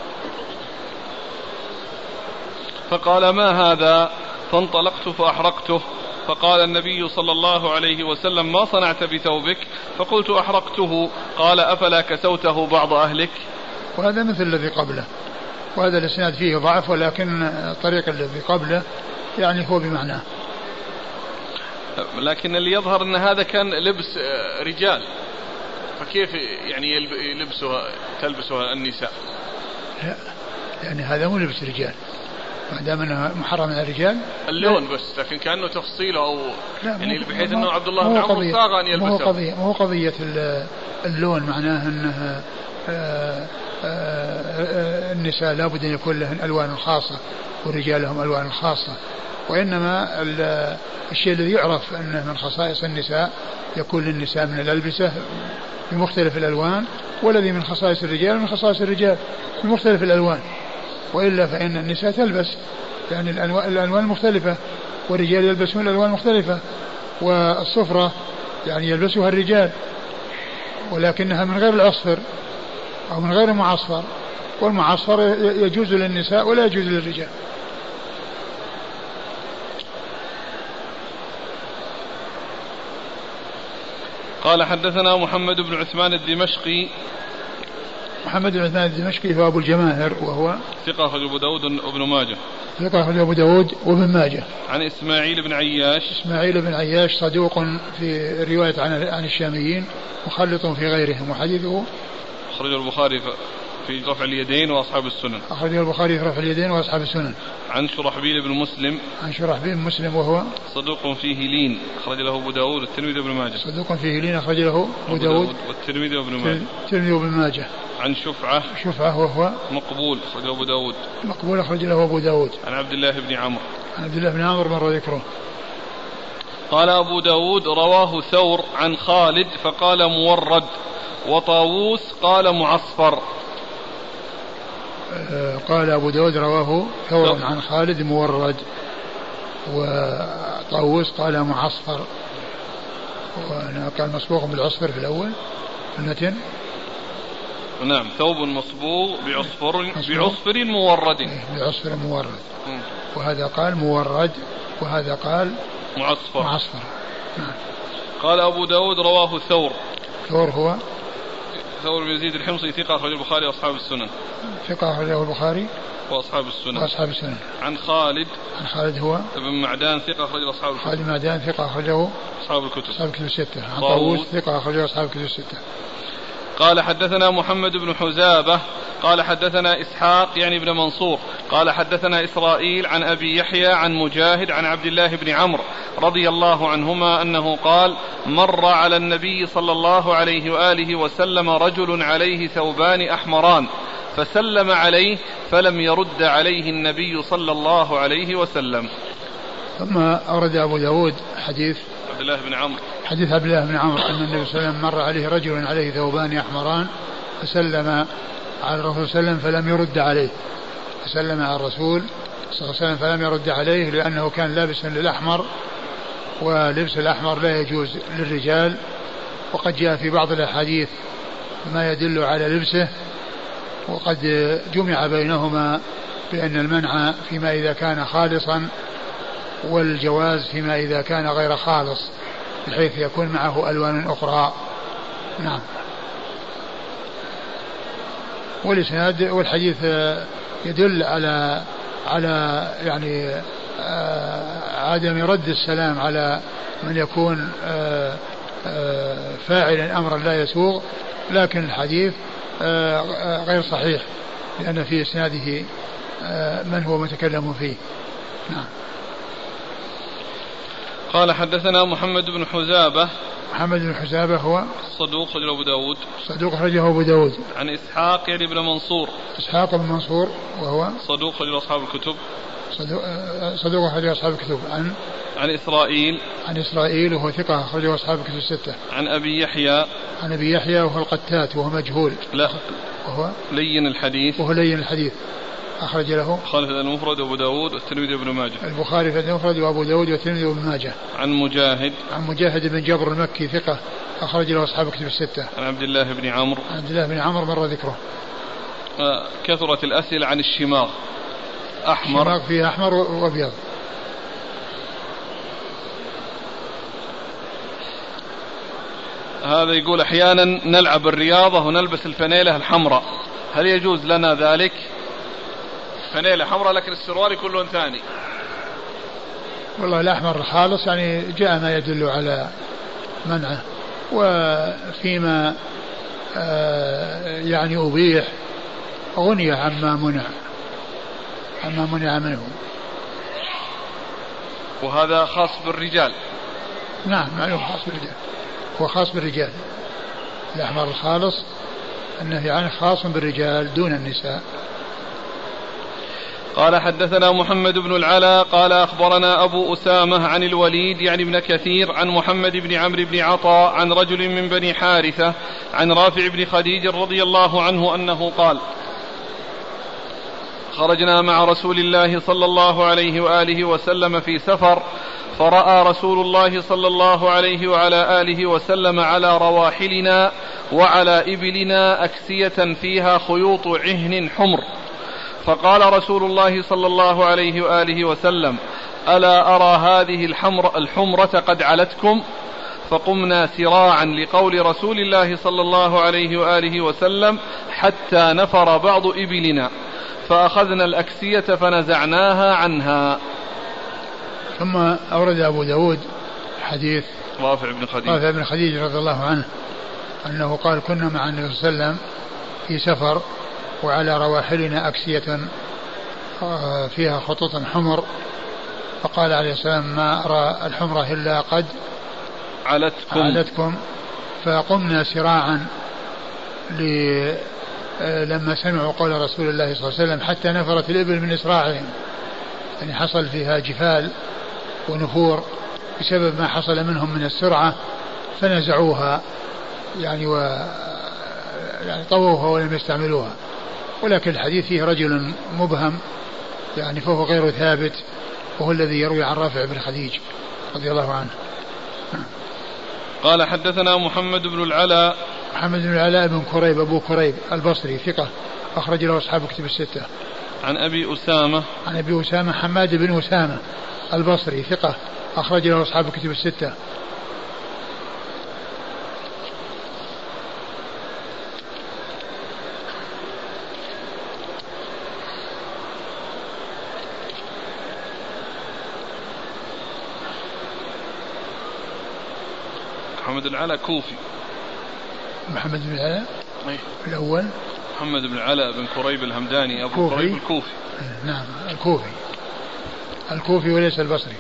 فقال ما هذا؟ فانطلقت فأحرقته، فقال النبي صلى الله عليه وسلم ما صنعت بثوبك؟ فقلت أحرقته، قال أفلا كسوته بعض أهلك؟ وهذا مثل الذي قبله، وهذا الإسناد فيه ضعف، ولكن الطريق الذي قبله يعني هو بمعناه. لكن اللي يظهر أن هذا كان لبس رجال، فكيف يعني يلبسها تلبسها النساء؟ لا يعني هذا مو لبس رجال، ما دام انه محرم على الرجال اللون بس، لكن كانه تفصيله او يعني بحيث انه عبد الله بن عمرو صاغ ان يلبسه. مو قضيه مو قضيه اللون، معناه انه النساء لابد ان يكون لهن الوان خاصه والرجال لهم الوان خاصه، وإنما الشيء الذي يعرف أنه من خصائص النساء يكون للنساء من الألبسة بمختلف الألوان، والذي من خصائص الرجال من خصائص الرجال بمختلف الألوان. وإلا فإن النساء تلبس يعني الألوان المختلفة، والرجال يلبسون الألوان المختلفة، والصفرة يعني يلبسها الرجال ولكنها من غير الأصفر أو من غير المعصفر، والمعصفر يجوز للنساء ولا يجوز للرجال. قال حدثنا محمد بن عثمان الدمشقي. محمد بن عثمان الدمشقي هو أبو الجماهر وهو ثقة أخرج أبو داود وابن ماجه. ثقة أخرج أبو داود وابن ماجه. عن إسماعيل بن عياش. إسماعيل بن عياش صدوق في الرواية عن عن الشاميين، مخلط في غيرهم، وحديثه أخرج البخاري في رفع اليدين وأصحاب السنن. أخرج البخاري في رفع اليدين وأصحاب السنن. عن شرحبيل بن مسلم. عن شرحبيل بن مسلم وهو صدوق فيه لين، أخرج له أبو داود والترمذي وابن ماجه. صدوق فيه لين، أخرج له أبو داود والترمذي وابن ماجه. الترمذي وابن ماجه. عن شفعة. شفعة وهو مقبول، أخرج له أبو داود. مقبول، أخرج له أبو داود. عن عبد الله بن عمرو. عن عبد الله بن عمرو مر ذكره. قال أبو داود رواه ثور عن خالد فقال مورد، وطاووس قال معصفر. قال أبو داود رواه ثور عن خالد مورد، وطاووس قال معصفر، وقال مصبوغ بالعصفر في الأول في المتن. نعم، ثوب مصبوغ بعصفر بعصفر مورد. بعصفر مورد. وهذا قال مورد وهذا قال معصفر. معصفر. نعم. قال أبو داود رواه ثور. ثور هو ثور بن يزيد الحمصي، ثقة أخرج البخاري وأصحاب السنن. ثقة أخرجه البخاري وأصحاب السنن. وأصحاب السنن. عن خالد. عن خالد هو ابن معدان، ثقة أخرج أصحاب الكتب. خالد معدان ثقة أخرجه أصحاب الكتب. أصحاب الكتب الستة. عن طاووس ثقة أخرجه أصحاب الكتب الستة. قال حدثنا محمد بن حزابة قال حدثنا إسحاق يعني ابن منصور قال حدثنا إسرائيل عن أبي يحيى عن مجاهد عن عبد الله بن عمرو رضي الله عنهما أنه قال: مر على النبي صلى الله عليه وآله وسلم رجل عليه ثوبان أحمران فسلم عليه فلم يرد عليه النبي صلى الله عليه وسلم. ثم أورد أبو داود حديث عبد الله بن عمرو حديث عبد الله بن عمرو أن النبي صلى الله عليه وسلم مر عليه رجل عليه ثوبان أحمران فسلم على الرسول صلى الله عليه وسلم فلم يرد عليه فسلم على الرسول صلى الله عليه وسلم فلم يرد عليه لأنه كان لابسا للأحمر، ولبس الأحمر لا يجوز للرجال، وقد جاء في بعض الأحاديث ما يدل على لبسه، وقد جمع بينهما بأن المنع فيما إذا كان خالصا والجواز فيما إذا كان غير خالص بحيث يكون معه ألوان أخرى. نعم. والإسناد والحديث يدل على على يعني عدم رد السلام على من يكون فاعلا أمرا لا يسوغ، لكن الحديث غير صحيح لأن في إسناده من هو متكلم فيه. نعم. قال حدثنا محمد بن حزابة. محمد بن حزابة هو صدوق رجل أبو داود. صدوق رجله أبو داود. عن إسحاق يعني بن منصور. إسحاق بن منصور وهو صدوق رجل أصحاب الكتب. صدوق, صدوق رجل أصحاب الكتب. عن عن إسرائيل. عن إسرائيل وهو ثقة رجل أصحاب الكتب الستة. عن أبي يحيى. عن أبي يحيى وهو القتات وهو مجهول. لا وهو لين الحديث. وهو لين الحديث. أخرج له خالد المفرد وأبو داود والترمذي وابن ماجه. البخاري في المفرد وأبو داود والترمذي وابن ماجه. عن مجاهد. عن مجاهد بن جبر المكي ثقة أخرج له أصحاب الكتب الستة. عن عبد الله بن عمرو. عن عبد الله بن عمرو مر ذكره. آه كثرت الأسئلة عن الشماغ. أحمر. الشماغ فيه أحمر وأبيض. هذا يقول أحيانا نلعب الرياضة ونلبس الفنيلة الحمراء، هل يجوز لنا ذلك؟ فنيلة حمراء لكن السروال يكون لون ثاني. والله الأحمر الخالص يعني جاء ما يدل على منعه، وفيما آه يعني أبيح غني عما منع عما منع منه. وهذا خاص بالرجال. نعم معلوم خاص بالرجال، هو خاص بالرجال. الأحمر الخالص النهي عنه خاص بالرجال دون النساء. قال حدثنا محمد بن العلاء قال أخبرنا أبو أسامة عن الوليد يعني ابن كثير عن محمد بن عمرو بن عطاء عن رجل من بني حارثة عن رافع بن خديج رضي الله عنه أنه قال خرجنا مع رسول الله صلى الله عليه وآله وسلم في سفر فرأى رسول الله صلى الله عليه وعلى آله وسلم على رواحلنا وعلى إبلنا أكسية فيها خيوط عهن حمر، فقال رسول الله صلى الله عليه وآله وسلم ألا أرى هذه الحمر الحمرة قد علتكم؟ فقمنا سراعا لقول رسول الله صلى الله عليه وآله وسلم حتى نفر بعض إبلنا فأخذنا الأكسية فنزعناها عنها. ثم أورد أبو داود حديث رافع بن خديج رافع بن خديج رضي الله عنه أنه قال كنا مع النبي صلى الله عليه وسلم في سفر وعلى رواحلنا أكسية فيها خطوط حمر، فقال عليه السلام ما أرى الحمرة إلا قد علتكم, علتكم فقمنا سراعا لما سمعوا قول رسول الله صلى الله عليه وسلم حتى نفرت الإبل من إسراعهم، يعني حصل فيها جفال ونفور بسبب ما حصل منهم من السرعة فنزعوها يعني و يعني طووها ولم يستعملوها. ولكن الحديث فيه رجل مبهم يعني فهو غير ثابت وهو الذي يروي عن رافع بن خديج رضي الله عنه. قال حدثنا محمد بن العلاء محمد بن العلاء بن كريب أبو كريب البصري ثقة أخرج له أصحاب كتب الستة. عن أبي أسامة عن أبي أسامة حماد بن أسامة البصري ثقة أخرج له أصحاب كتب الستة. محمد بن العلاء كوفي. محمد بن العلاء أيه؟ الأول محمد بن العلاء بن كريب الهمداني أبو كوفي. كريب الكوفي. نعم الكوفي الكوفي وليس البصري.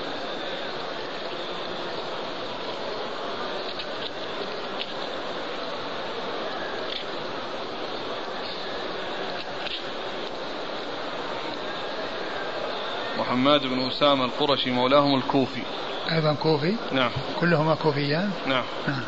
محمد بن أسامة القرشي مولاهم الكوفي أيضا كوفي. نعم كلهما كوفيان. نعم. نعم.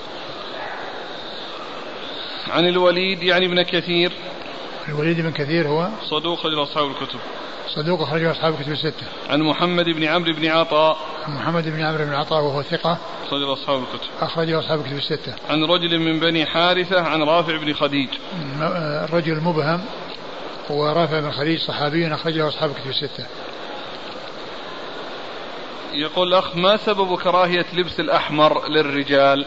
عن الوليد يعني ابن كثير. الوليد بن كثير هو صدوق أخرج أصحاب الكتب. صدوق أخرج أصحاب الكتب الستة. عن محمد بن عمرو بن عطاء. عن محمد بن عمرو بن عطاء وهو ثقة أخرج أصحاب الكتب. أخرج أصحاب الكتب الستة. عن رجل من بني حارثة عن رافع بن خديج. الرجل مبهم ورافع بن خديج صحابي أخرج أصحاب الكتب الستة. يقول الأخ ما سبب كراهية لبس الأحمر للرجال؟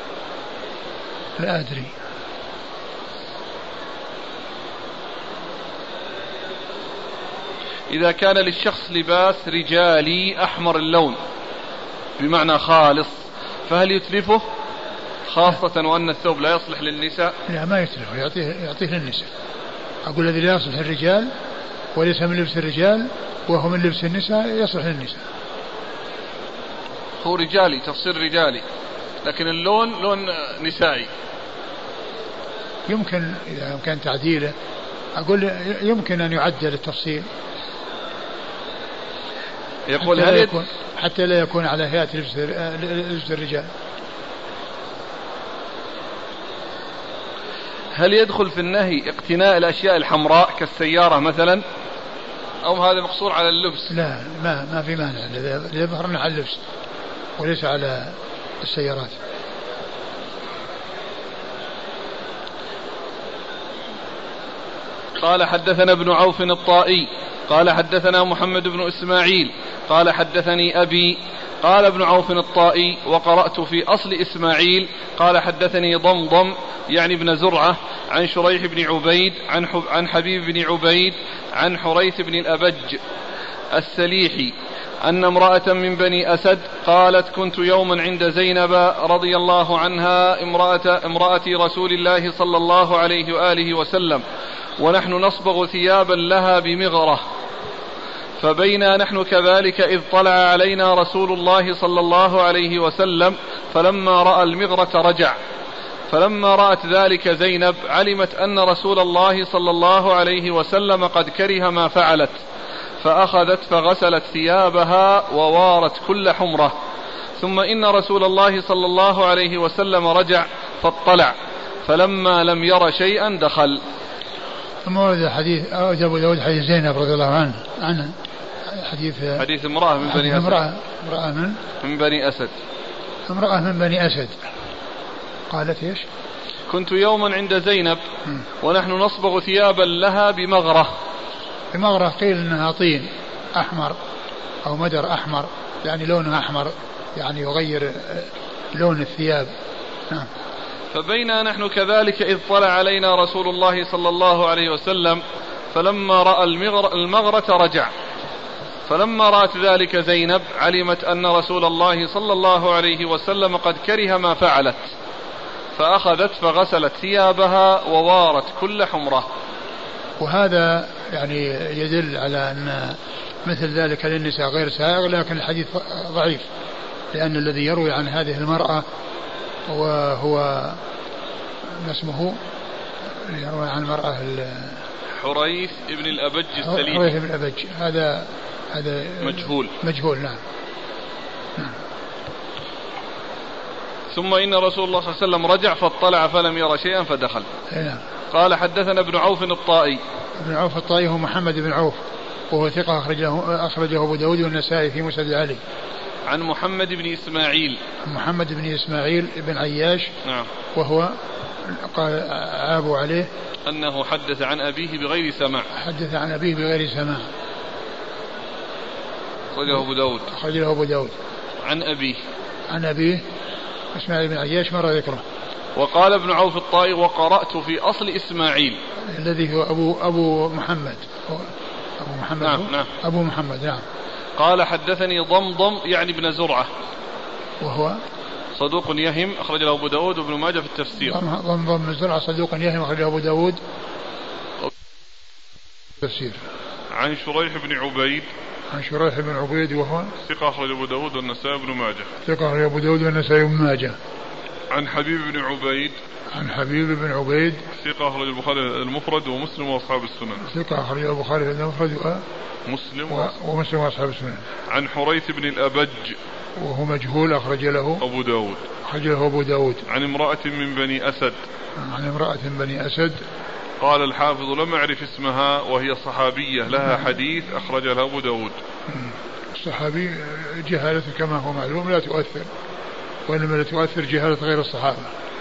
لا أدري. إذا كان للشخص لباس رجالي أحمر اللون بمعنى خالص فهل يتلفه خاصة وأن الثوب لا يصلح للنساء؟ لا ما يتلفه يعطيه, يعطيه للنساء. أقول الذي لا يصلح للرجال وليس من لبس الرجال وهو من لبس النساء يصلح للنساء. هو رجالي تفسير رجالي لكن اللون لون نسائي. يمكن إذا كان تعديله أقول يمكن أن يعدل التفصيل. يقول حتى هل لا يكون, حتى لا يكون على هيئة لبس الرجال. هل يدخل في النهي اقتناء الأشياء الحمراء كالسيارة مثلا أو هذا مقصور على اللبس؟ لا ما ما في مانع يظهرنا على اللبس وليس على السيارات. قال حدثنا ابن عوف الطائي قال حدثنا محمد بن إسماعيل قال حدثني أبي قال ابن عوف الطائي وقرأت في أصل إسماعيل قال حدثني ضمضم يعني ابن زرعة عن شريح بن عبيد عن, حب عن حبيب بن عبيد عن حريث بن الأبج السليحي أن امرأة من بني أسد قالت كنت يوما عند زينب رضي الله عنها امرأة, امرأة رسول الله صلى الله عليه وآله وسلم ونحن نصبغ ثيابا لها بمغرة فبينا نحن كذلك إذ طلع علينا رسول الله صلى الله عليه وسلم فلما رأى المغرة رجع فلما رأت ذلك زينب علمت أن رسول الله صلى الله عليه وسلم قد كره ما فعلت، فأخذت فغسلت ثيابها ووارت كل حمرة. ثم إن رسول الله صلى الله عليه وسلم رجع فاطلع، فلما لم ير شيئا دخل. ثم ورد حديث أبو داود حديث زينب رضي الله عنه عنه حديث حديث امرأة من بني أسد امرأة امرأة من من بني أسد امرأة من بني أسد قالت إيش؟ كنت يوما عند زينب ونحن نصبغ ثيابا لها بمغرة. بمغرة قيل إنها طين أحمر أو مدر أحمر، يعني لونه أحمر، يعني يغير لون الثياب. نعم. فبينا نحن كذلك إذ طلع علينا رسول الله صلى الله عليه وسلم، فلما رأى المغرة رجع. فلما رأت ذلك زينب علمت أن رسول الله صلى الله عليه وسلم قد كره ما فعلت، فأخذت فغسلت ثيابها ووارت كل حمرة. وهذا يعني يدل على أن مثل ذلك للنساء غير سائغ، لكن الحديث ضعيف، لأن الذي يروي عن هذه المرأة وهو ما اسمه يروي عن المرأة حريث ابن الأبج السليم. حريث ابن الأبج هذا هذا مجهول مجهول نعم. نعم. ثم إن رسول الله صلى الله عليه وسلم رجع فاطلع فلم ير شيئا فدخل. نعم. قال حدثنا ابن عوف الطائي. ابن عوف الطائي هو محمد بن عوف وهو ثقة أخرجه أخرجه أبو داود والنسائي في مسند علي. عن محمد بن إسماعيل. محمد بن إسماعيل بن عياش. نعم. وهو قال عابوا عليه أنه حدث عن أبيه بغير سماع. حدث عن أبيه بغير سماع. أخرجه أبو داود. أخرجه أبو داود. عن أبيه. عن أبيه إسماعيل بن عياش مر ذكره. وقال ابن عوف الطائي وقرأت في أصل إسماعيل الذي هو أبو أبو محمد. أبو محمد. نعم نعم. أبو محمد نعم. قال حدثني ضمضم يعني ابن زرعة وهو صدوق يهم، أخرجه أبو داود وابن ماجه في التفسير. ضمضم بن زرعة صدوق يهم، أخرجه أبو داود التفسير. عن شريح بن عبيد. عن شريح بن عبيد وهو ثقة، أخرج أبو داود والنسائي بن ماجه. ثقة، أخرج أبو داود والنسائي بن ماجه. عن حبيب بن عبيد. عن حبيب بن عبيد ثقة، أخرج البخاري المفرد ومسلم وأصحاب السنن. ثقة، أخرج البخاري المفرد ومسلم و... ومسلم وأصحاب السنن. عن حريث بن الأبج وهو مجهول، أخرج له أبو داود. أخرج له أبو داود. عن امرأة من بني أسد. عن امرأة من بني أسد. قال الحافظ لم أعرف اسمها وهي صحابية لها حديث أخرج له أبو داود. الصحابي جهالته كما هو معلوم لا تؤثر، وإنما لا تؤثر جهالة غير الصحابة.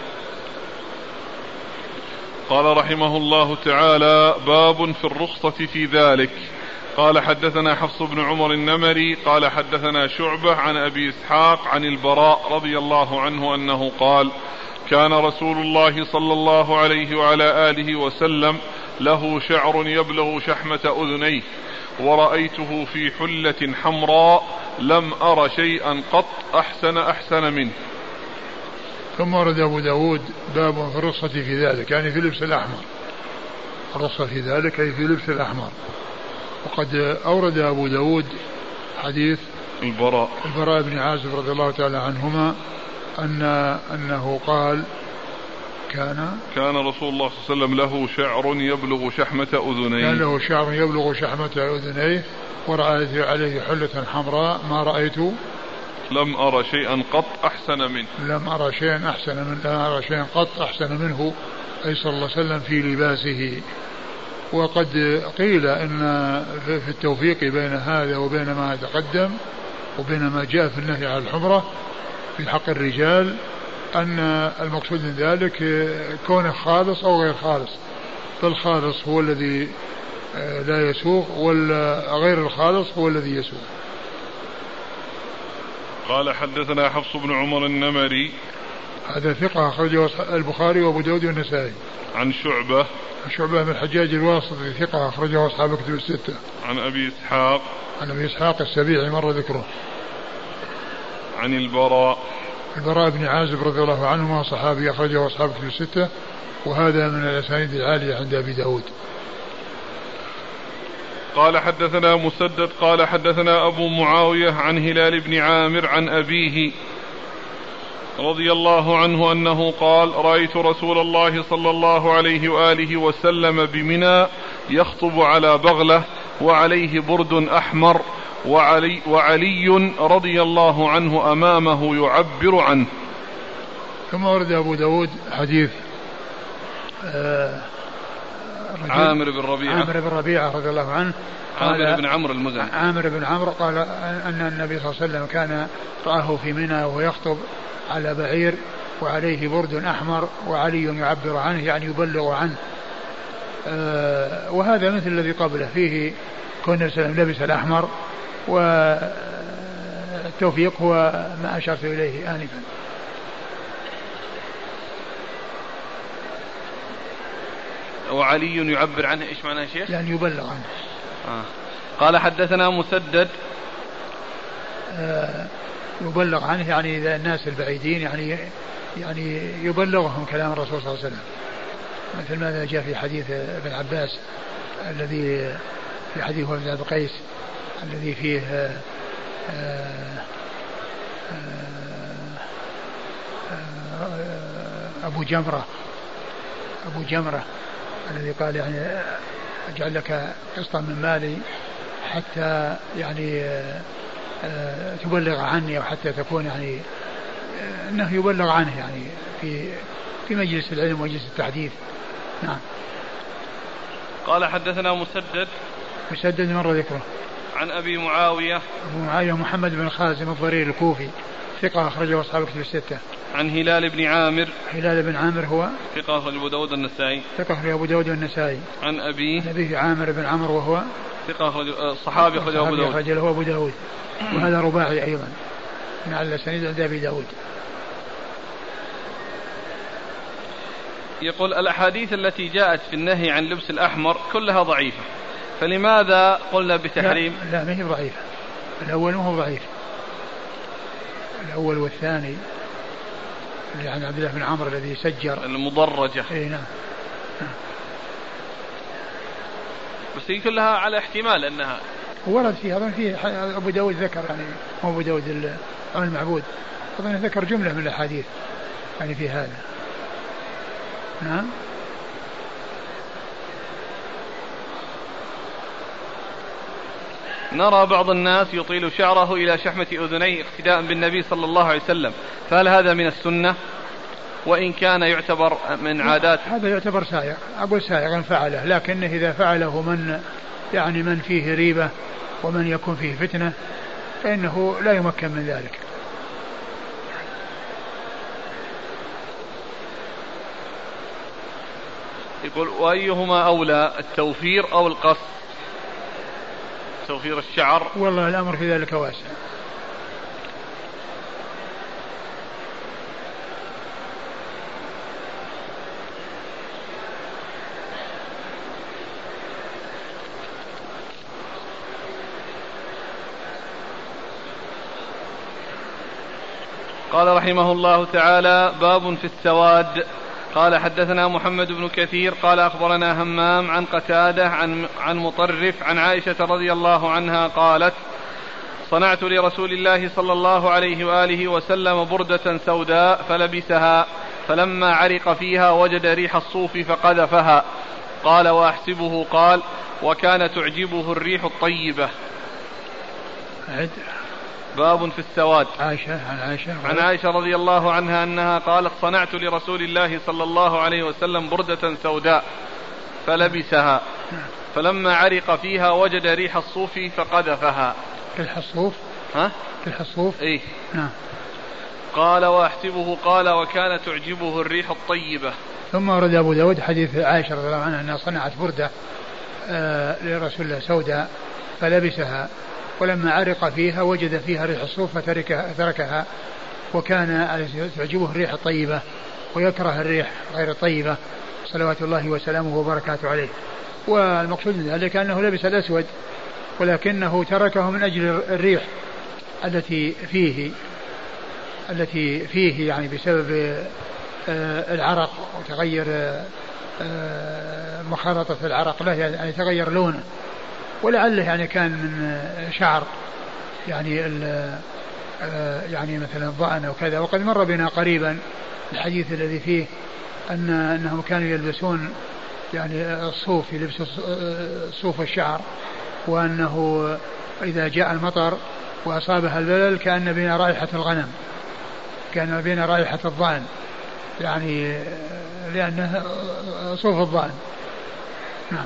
قال رحمه الله تعالى باب في الرخصة في ذلك. قال حدثنا حفص بن عمر النمري قال حدثنا شعبة عن أبي إسحاق عن البراء رضي الله عنه أنه قال كان رسول الله صلى الله عليه وعلى آله وسلم له شعر يبلغ شحمة أذنيه، ورأيته في حلة حمراء لم أر شيئا قط أحسن أحسن منه. ثم ورد أبو داود باب في الرخصة في ذلك، يعني في لبس الأحمر. الرخصة في ذلك أي في لبس الأحمر. وقد أورد أبو داود حديث البراء البراء بن عازب رضي الله تعالى عنهما أن أنه قال كان كان رسول الله صلى الله عليه وسلم له شعر يبلغ شحمة أذنيه كان له شعر يبلغ شحمة أذنيه ورأيت عليه حلة حمراء ما رأيت لم أرى شيئا قط أحسن منه لم أرى شيئا أحسن من لم أرى شيئا قط أحسن منه أي صلى الله عليه وسلم في لباسه. وقد قيل إن في التوفيق بين هذا وبين ما تقدم وبين ما جاء في النهي عن الحمرة في حق الرجال أن المقصود من ذلك كونه خالص أو غير خالص، فالخالص هو الذي لا يسوق والغير الخالص هو الذي يسوق. قال حدثنا حفص بن عمر النمري هذا ثقة أخرجه البخاري وأبو داود والنسائي. عن شعبة شعبة بن الحجاج الواسطي ثقة أخرجه أصحاب الكتب الستة. عن أبي إسحاق عن أبي إسحاق السبيعي مر ذكره. عن البراء البراء بن عازب رضي الله عنهما صحابي أخرجه أصحاب الكتب الستة، وهذا من الأسانيد العالية عند أبي داود. قال حدثنا مسدد قال حدثنا أبو معاوية عن هلال بن عامر عن أبيه رضي الله عنه أنه قال: رأيت رسول الله صلى الله عليه وآله وسلم بمنى يخطب على بغلة وعليه برد أحمر وعلي, وعلي رضي الله عنه أمامه يعبر عنه. ثم ورد أبو داود حديث آه عامر بن ربيعة عامر بن ربيعة رضي الله عنه، عامر بن عمرو المزني عامر بن عمرو قال أن النبي صلى الله عليه وسلم كان رآه في منى وهو يخطب على بعير وعليه برد أحمر وعلي يعبر عنه يعني يبلغ عنه. آه وهذا مثل الذي قبله، فيه كون النبي صلى الله عليه وسلم لبس الأحمر، والتوفيق هو ما أشرت إليه آنفا. وعلي يعبر عنه إيش معنى يا شيخ؟ يعني يبلغ عنه. آه. قال حدثنا مسدد. آه يبلغ عنه يعني إذا الناس البعيدين يعني يعني يبلغهم كلام الرسول صلى الله عليه وسلم، مثل ما جاء في حديث ابن عباس الذي في حديث وفد أبي قيس الذي فيه آه آه آه أبو جمرة أبو جمرة الذي قال يعني أجعل لك قسطا من مالي حتى يعني آه تبلغ عني، أو حتى تكون يعني آه أنه يبلغ عنه يعني في في مجلس العلم ومجلس التحديث. نعم. قال حدثنا مسدد. مسدد مر ذكره. عن أبي معاوية. أبو معاوية محمد بن خازم الضرير الكوفي ثقة أخرجه أصحاب الكتب الستة. عن هلال بن عامر. هلال بن عامر هو ثقة أخرج أبو داود النسائي. ثقة أخرج أبو داود النسائي. عن أبيه. أبيه عامر بن عمرو وهو ثقة أخرج الصحابي أخرج أبو داود. أخرج له أبو داود، وهذا رباعي أيضا من على السند عند أبي داود. يقول: الأحاديث التي جاءت في النهي عن لبس الأحمر كلها ضعيفة، فلماذا قلنا بتحريم؟ لا, لا ما هي ضعيفة. الأول ما هو ضعيف، الأول والثاني اللي عن عبد الله بن عمرو الذي سجر المضرجة. اي نعم. بس هي كلها على احتمال أنها ورد فيها، أظن فيه أبو داود ذكر يعني هو أبو داود عن المعبود أظن ذكر جملة من الأحاديث يعني في هذا. نعم. نرى بعض الناس يطيل شعره إلى شحمة أذنيه اقتداء بالنبي صلى الله عليه وسلم، فهل هذا من السنة؟ وإن كان يعتبر من عادات. هذا يعتبر سائغ، أقول سائغا فعله، لكنه إذا فعله من يعني من فيه ريبة ومن يكون فيه فتنة فإنه لا يمكن من ذلك. يقول: وأيهما أولى، التوفير أو القص؟ توفير الشعر. والله الأمر في ذلك واسع. قال رحمه الله تعالى: باب في السواد. قال حدثنا محمد بن كثير قال أخبرنا همام عن قتادة عن, عن مطرف عن عائشة رضي الله عنها قالت: صنعت لرسول الله صلى الله عليه وآله وسلم بردة سوداء فلبسها، فلما عرق فيها وجد ريح الصوف فقذفها. قال: وأحسبه قال: وكان تعجبه الريح الطيبة. عد. باب في السواد. عائشة عن عائشة عن عائشة رضي الله عنها أنها قالت: صنعت لرسول الله صلى الله عليه وسلم بردة سوداء فلبسها، فلما عرق فيها وجد ريح الصوف فقذفها. ريح الصوف؟ ها؟ ريح الصوف؟ إيه. نعم. قال: وأحسبه قال: وكان تعجبه الريح الطيبة. ثم ورد أبو داود حديث عائشة رضي الله عنها أنها صنعت بردة آه لرسول الله سوداء فلبسها، ولما عرق فيها وجد فيها ريح الصوف فتركها، وكان تعجبه الريح الطيبة ويكره الريح غير الطيبة صلوات الله وسلامه وبركاته عليه. والمقصود من ذلك أنه لبس الأسود، ولكنه تركه من أجل الريح التي فيه التي فيه يعني بسبب العرق وتغير مخالطة العرق له، يعني تغير لونه، ولعله يعني كان من شعر يعني يعني مثلا الضأن أو كذا. وقد مر بنا قريبا الحديث الذي فيه أن أنهم كانوا يلبسون يعني الصوف، يلبسوا صوف الشعر، وأنه إذا جاء المطر وأصابها البلل كأن بين رائحة الغنم، كان بين رائحة الضأن، يعني لأنه صوف الضأن. نعم.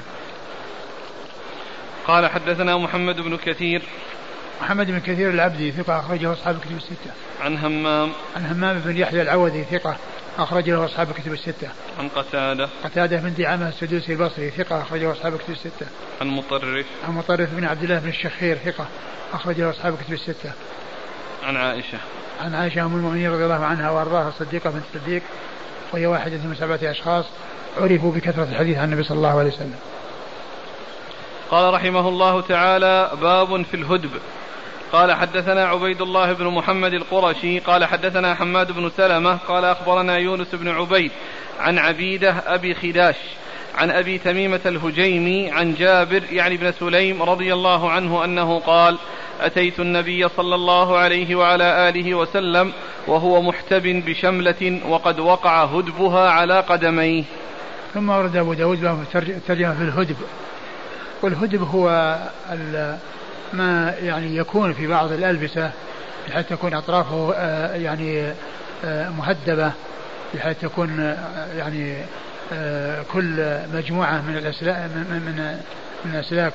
قال حدثنا محمد بن كثير. محمد بن كثير العبدي ثقة أخرجه أصحاب الكتب الستة. عن همام. عن همام بن يحيى العوذي ثقة أخرجه أصحاب الكتب الستة. عن قتادة. قتادة بن دعامة السدوسي البصري ثقة أخرجه أصحاب الكتب الستة. عن مطرف. عن مطرف بن عبد الله بن الشخير ثقة أخرجه أصحاب الكتب الستة. عن عائشة. عن عائشة أم المؤمنين رضي الله عنها وأرضاها الصديقة بنت الصديق، وهي واحدة من سبعة أشخاص عرفوا بكثرة الحديث عن النبي صلى الله عليه وسلم. قال رحمه الله تعالى: باب في الهدب. قال حدثنا عبيد الله بن محمد القرشي قال حدثنا حماد بن سلمة قال أخبرنا يونس بن عبيد عن عبيدة أبي خداش عن أبي تميمة الهجيمي عن جابر يعني بن سليم رضي الله عنه أنه قال: أتيت النبي صلى الله عليه وعلى آله وسلم وهو محتب بشملة وقد وقع هدبها على قدميه. ثم ورد أبو داود ترجمة في الهدب. والهدب هو ما يعني يكون في بعض الألبسة بحيث تكون أطرافه يعني مهدبة، بحيث تكون يعني كل مجموعة من الأسلاك من من الأسلاك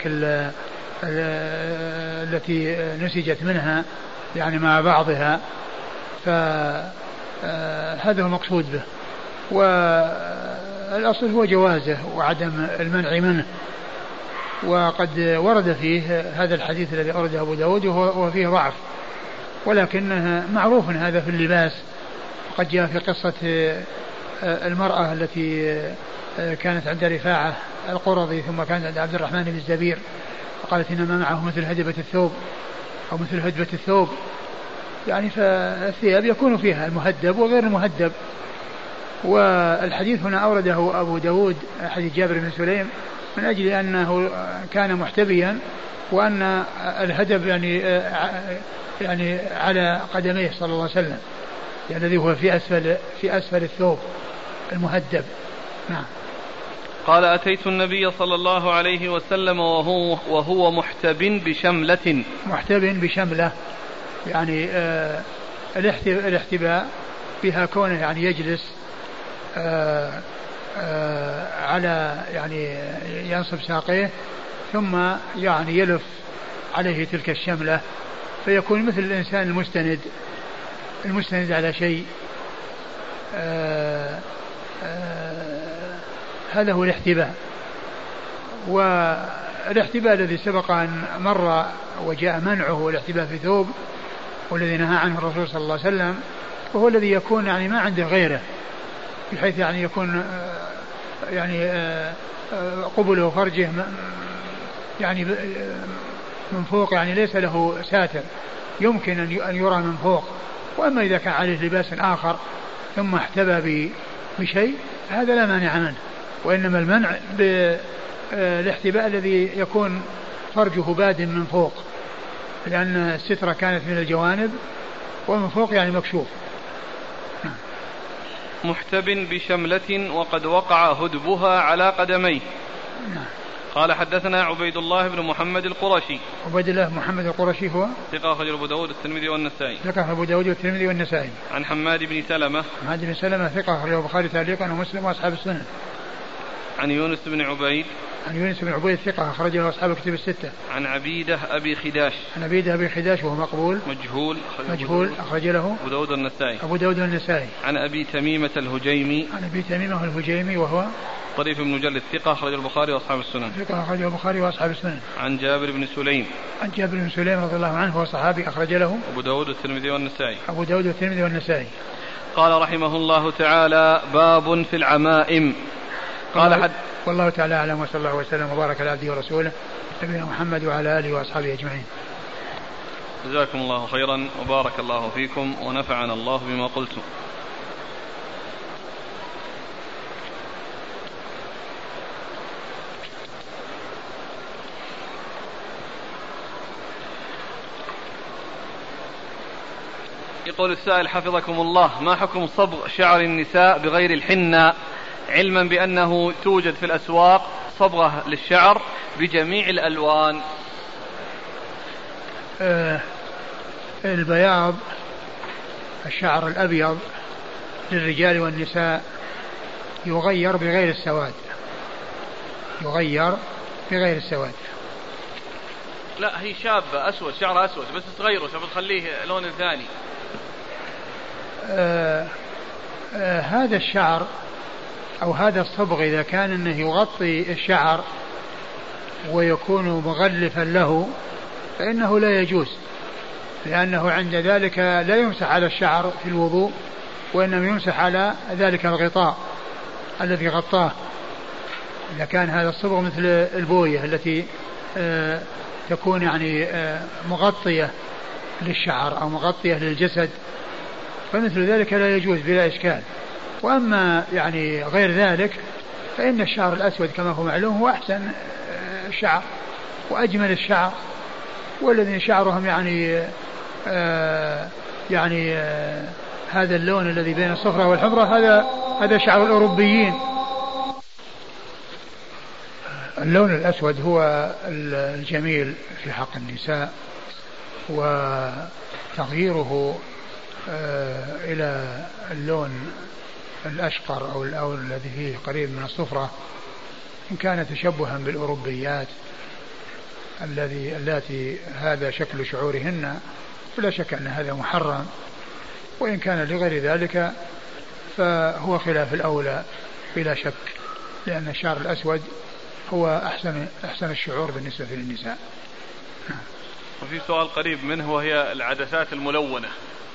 التي نسجت منها يعني مع بعضها، فهذا هو المقصود به. والأصل هو جوازه وعدم المنع منه. وقد ورد فيه هذا الحديث الذي أورده أبو داود وهو فيه ضعف، ولكنه معروف هذا في اللباس. قد جاء في قصة المرأة التي كانت عند رفاعة القرظي ثم كانت عند عبد الرحمن بن الزبير، فقالت إنما معه مثل هدبة الثوب أو مثل هدبة الثوب، يعني فالثياب يكون فيها المهدب وغير المهدب. والحديث هنا أورده أبو داود حديث جابر بن سليم من أجل أنه كان محتبيا، وأن الهدب يعني يعني على قدميه صلى الله عليه وسلم، يعني الذي هو في أسفل في أسفل الثوب المهدب. نعم. قال: أتيت النبي صلى الله عليه وسلم وهو وهو محتب بشملة. محتب بشملة يعني آه الاحتباء بها كونه يعني يجلس آه آه على يعني ينصب ساقيه ثم يعني يلف عليه تلك الشملة، فيكون مثل الإنسان المستند المستند على شيء. آه آه هذا هو الاحتباء. والاحتباء الذي سبق أن مر وجاء منعه الاحتباء في ثوب والذي نهى عنه الرسول صلى الله عليه وسلم، وهو الذي يكون يعني ما عنده غيره، بحيث يعني يكون يعني قبله وفرجه يعني من فوق، يعني ليس له ساتر يمكن أن يرى من فوق. وأما إذا كان عليه لباس آخر ثم احتبى بشيء هذا لا مانع منه، وإنما المنع بالاحتباء الذي يكون فرجه باد من فوق، لأن السترة كانت من الجوانب ومن فوق يعني مكشوف. محتب بشملة وقد وقع هدبها على قدميه. نعم. قال حدثنا عبيد الله بن محمد القرشي. عبيد الله محمد القرشي هو ثقة أخرجه أبو داود والترمذي والنسائي. ثقة أبو داود والترمذي والنسائي. عن حماد بن سلمة. حماد بن سلمة ثقة أخرجه البخاري تعليقا ومسلم وأصحاب السنن. عن يونس بن عبيد. عن يونس بن عبيد ثقة أخرجه أصحاب الكتب الستة. عن عبيدة أبي خداش. عن عبيدة أبي خداش وهو مقبول مجهول مجهول أخرج له أبو داود والنسائي. أبو داود والنسائي. عن أبي تميمة الهجيمي. عن أبي تميمة الهجيمي وهو طريف بن مجلد ثقة أخرجه البخاري وأصحاب السنن. ثقة أخرجه البخاري وأصحاب السنن. عن جابر بن سليم. عن جابر بن سليم رضي الله عنه هو صحابي أخرج له أبو داود والترمذي والنسائي. أبو داود والترمذي والنسائي. قال رحمه الله تعالى: باب في العمائم. قال حد والله تعالى أعلم، وصلى الله وسلم وبارك على عبده ورسوله نبينا محمد وعلى آله وأصحابه أجمعين. جزاكم الله خيرا وبارك الله فيكم ونفعنا الله بما قلتم. يقول السائل حفظكم الله: ما حكم صبغ شعر النساء بغير الحنة، علما بأنه توجد في الأسواق صبغة للشعر بجميع الألوان؟ آه البياض، الشعر الأبيض للرجال والنساء يغير بغير السواد، يغير بغير السواد. لا، هي شابة أسود، شعر أسود بس تغيره تبغى تخليه لون ثاني. آه آه هذا الشعر أو هذا الصبغ إذا كان أنه يغطي الشعر ويكون مغلفا له فإنه لا يجوز، لأنه عند ذلك لا يمسح على الشعر في الوضوء، وإنما يمسح على ذلك الغطاء الذي غطاه. إذا كان هذا الصبغ مثل البوية التي آه تكون يعني آه مغطية للشعر أو مغطية للجسد فمثل ذلك لا يجوز بلا إشكال. وأما يعني غير ذلك فإن الشعر الأسود كما هو معلوم هو أحسن الشعر وأجمل الشعر، والذين شعرهم يعني آه يعني آه هذا اللون الذي بين الصفرة والحمرة هذا هذا شعر الأوروبيين. اللون الأسود هو الجميل في حق النساء، وتغييره آه إلى اللون الأشقر أو, أو الذي فيه قريب من الصفرة إن كان تشبها بالأوروبيات الذي التي هذا شكل شعورهن فلا شك أن هذا محرم، وإن كان لغير ذلك فهو خلاف الأولى بلا شك، لأن الشعر الأسود هو أحسن أحسن الشعور بالنسبة للنساء. وفي سؤال قريب منه وهي العدسات الملونة،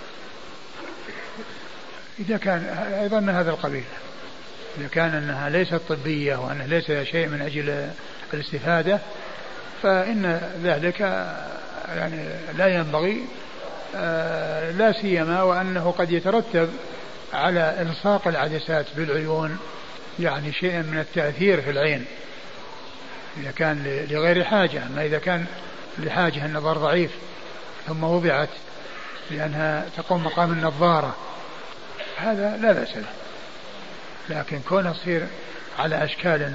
إذا كان أيضا من هذا القبيل، إذا كان أنها ليست طبية وأنها ليس شيء من أجل الاستفادة فإن ذلك يعني لا ينبغي، لا سيما وأنه قد يترتب على إلصاق العدسات بالعيون يعني شيء من التأثير في العين إذا كان لغير حاجة. أما إذا كان لحاجة النظر ضعيف ثم وضعت لأنها تقوم مقام النظارة هذا لا بأس له، لكن كون يصير على أشكال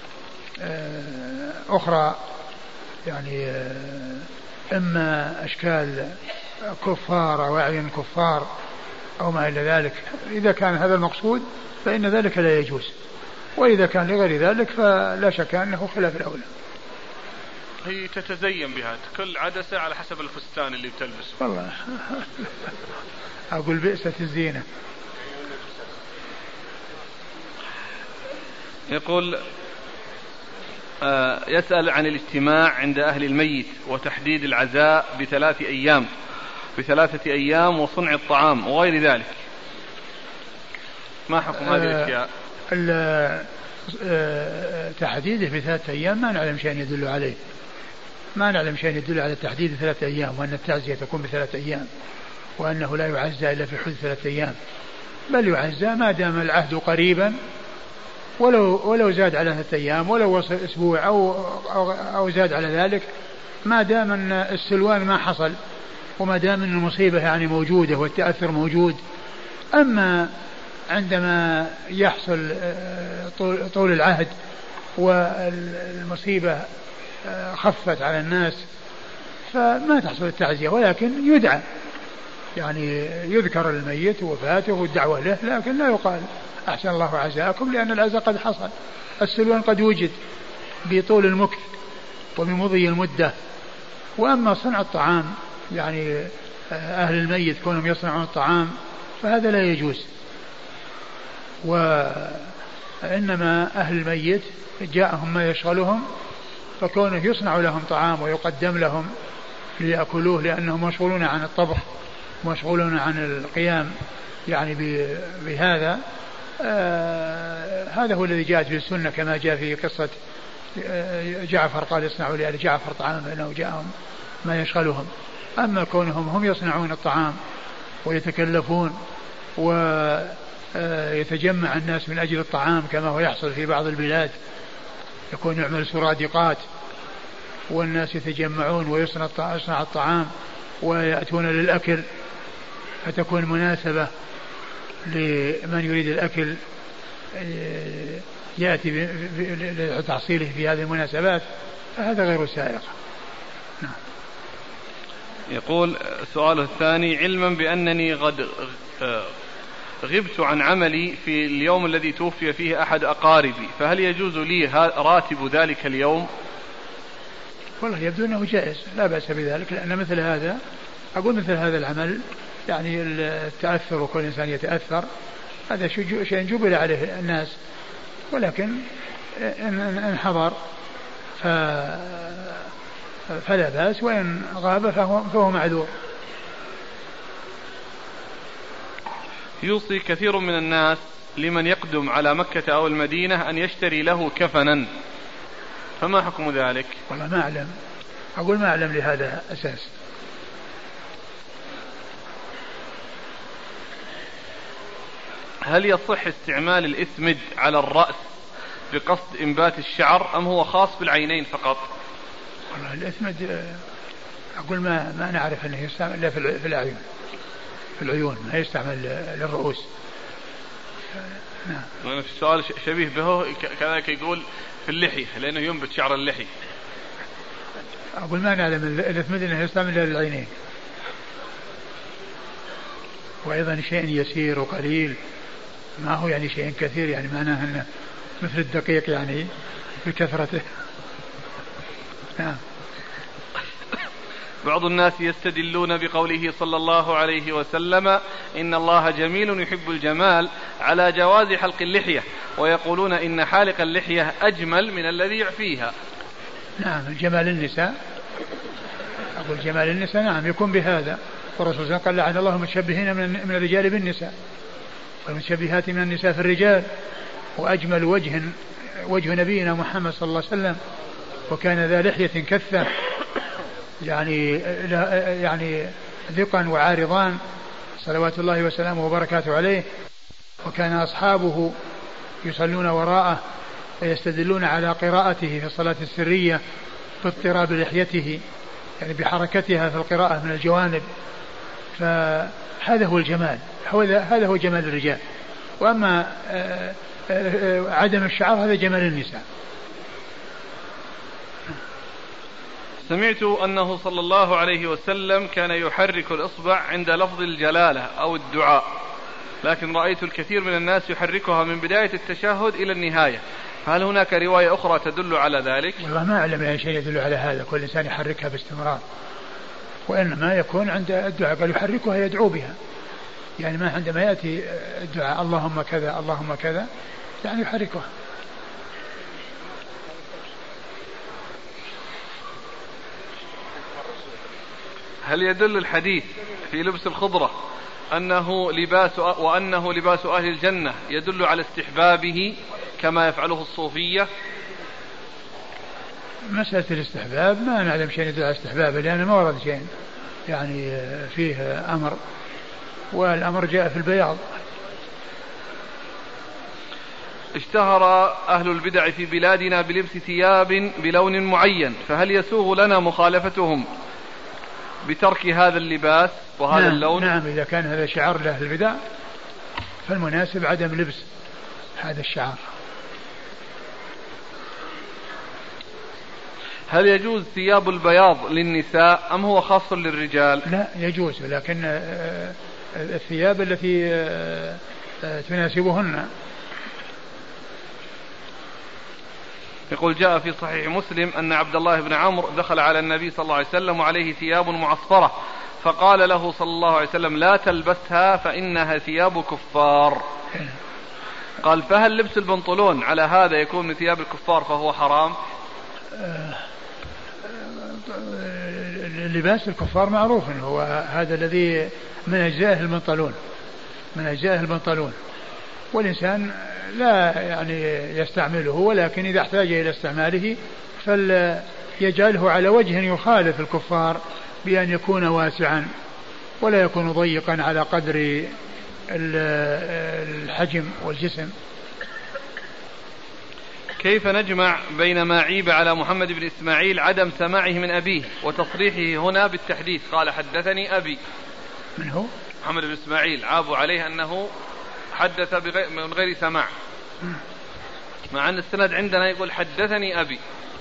أخرى يعني إما أشكال كفار أو أعين كفار أو ما إلى ذلك، إذا كان هذا المقصود فإن ذلك لا يجوز، وإذا كان لغير ذلك فلا شك أنه خلاف الأولى. هي تتزين بها كل عدسة على حسب الفستان اللي بتلبسه. والله أقول بئست الزينة. يقول آه يسأل عن الاجتماع عند أهل الميت وتحديد العزاء بثلاث أيام بثلاثة أيام وصنع الطعام وغير ذلك، ما حكم هذه الأشياء؟ تحديده في ثلاثة أيام ما نعلم شيء يدل عليه، ما نعلم شيء يدل على تحديد ثلاثة أيام وأن التعزية تكون بثلاثة أيام وأنه لا يعزى إلا في حدود ثلاثة أيام، بل يعزى ما دام العهد قريبا ولو ولو زاد على ثلاثة أيام ولو وصل أسبوع أو, أو, أو زاد على ذلك ما دام أن السلوان ما حصل وما دام أن المصيبة يعني موجودة والتأثر موجود. أما عندما يحصل طول العهد والمصيبة خفت على الناس فما تحصل التعزية، ولكن يدعى يعني يذكر الميت وفاته والدعوة له، لكن لا يقال أحسن الله عزاءكم لأن العزاء قد حصل، السلوان قد وجد بطول المكث وبمضي المدة. وأما صنع الطعام يعني أهل الميت كونهم يصنعون الطعام فهذا لا يجوز، وإنما أهل الميت جاءهم ما يشغلهم فكونه يصنع لهم طعام ويقدم لهم ليأكلوه لأنهم مشغولون عن الطبخ مشغولون عن القيام يعني بهذا. آه هذا هو الذي جاءت في السنة كما جاء في قصة جعفر قال اصنعوا لآل جعفر طعاما فإنه جاءهم ما يشغلهم. أما كونهم هم يصنعون الطعام ويتكلفون ويتجمع الناس من أجل الطعام كما هو يحصل في بعض البلاد، يكون يعمل سرادقات والناس يتجمعون ويصنع الطعام ويأتون للأكل، فتكون مناسبة لمن يريد الأكل يأتي لتحصيله في هذه المناسبات، فهذا غير سائق. نعم. يقول سؤاله الثاني: علما بأنني قد غبت عن عملي في اليوم الذي توفي فيه أحد أقاربي، فهل يجوز لي راتب ذلك اليوم؟ والله يبدو أنه جائز، لا بأس بذلك، لأن مثل هذا أقول مثل هذا العمل يعني التأثر وكل إنسان يتأثر هذا شيء جبل عليه الناس، ولكن إن حضر فلا بأس، وإن غاب فهو, فهو معذور. يوصي كثير من الناس لمن يقدم على مكة أو المدينة أن يشتري له كفنا، فما حكم ذلك؟ والله ما أعلم، أقول ما أعلم لهذا أساس. هل يصح استعمال الإسمد على الرأس بقصد إنبات الشعر أم هو خاص بالعينين فقط؟ والله الإسمد أقول ما ما نعرف أنه يستعمل إلا في الأعين، في العيون، ما يستعمل للرؤوس. نعم. في السؤال شبيه به كذلك يقول في اللحية لأنه ينبت شعر اللحية. أقول ما نعلم الإسمد أنه يستعمل للعينين، وأيضا شيء يسير وقليل، ما هو يعني شيء كثير، يعني معناه أنه مثل الدقيق يعني بكثرته. نعم. بعض الناس يستدلون بقوله صلى الله عليه وسلم: إن الله جميل يحب الجمال، على جواز حلق اللحية، ويقولون إن حالق اللحية أجمل من الذي يعفيها. نعم، جمال النساء، أقول جمال النساء نعم يكون بهذا، والرسول صلى الله عليه وسلم قال: لعن الله المتشبهين من الرجال بالنساء والمتشبهات من النساء في الرجال. وأجمل وجه وجه نبينا محمد صلى الله عليه وسلم، وكان ذا لحية كثة يعني يعني ذقا وعارضان صلوات الله وسلامه وبركاته عليه، وكان أصحابه يصلون وراءه ويستدلون على قراءته في الصلاة السرية باضطراب لحيته، يعني بحركتها في القراءة من الجوانب. فهذا هو الجمال، هذا هو جمال الرجال. وأما عدم الشعر هذا جمال النساء. سمعت أنه صلى الله عليه وسلم كان يحرك الإصبع عند لفظ الجلالة أو الدعاء، لكن رأيت الكثير من الناس يحركها من بداية التشهد إلى النهاية، هل هناك رواية أخرى تدل على ذلك؟ والله ما أعلم أي شيء يدل على هذا، كل إنسان يحركها باستمرار، وإنما يكون عند الدعاء قال يحركها يدعو بها، يعني ما عندما يأتي الدعاء اللهم كذا اللهم كذا يعني يحركها. هل يدل الحديث في لبس الخضرة أنه لباس وأنه لباس أهل الجنة يدل على استحبابه كما يفعله الصوفية؟ مسألة الاستحباب ما نعلم شيء يدل على استحبابه، لأن ما ورد شيء يعني فيه أمر، والأمر جاء في البياض. اشتهر أهل البدع في بلادنا بلبس ثياب بلون معين، فهل يسوغ لنا مخالفتهم بترك هذا اللباس وهذا نعم اللون؟ نعم، إذا كان هذا شعار لأهل البدع فالمناسب عدم لبس هذا الشعار. هل يجوز ثياب البياض للنساء أم هو خاص للرجال؟ لا يجوز، لكن الثياب التي تناسبهن. يقول: جاء في صحيح مسلم أن عبد الله بن عمرو دخل على النبي صلى الله عليه وسلم وعليه ثياب معصفرة، فقال له صلى الله عليه وسلم: لا تلبسها فإنها ثياب كفار. قال: فهل لبس البنطلون على هذا يكون من ثياب الكفار فهو حرام؟ لباس الكفار معروف هو هذا الذي من أجزائه البنطلون، من أجزائه البنطلون، والإنسان لا يعني يستعمله، ولكن إذا احتاج إلى استعماله فليجعله على وجه يخالف الكفار بأن يكون واسعا ولا يكون ضيقا على قدر الحجم والجسم. كيف نجمع بين ما عيب على محمد بن إسماعيل عدم سماعه من أبيه وتصريحه هنا بالتحديث؟ قال: حدثني أبي. من هو؟ محمد بن إسماعيل عابوا عليه أنه حدث بغير من غير سماع، مع أن السند عندنا يقول حدثني أبي.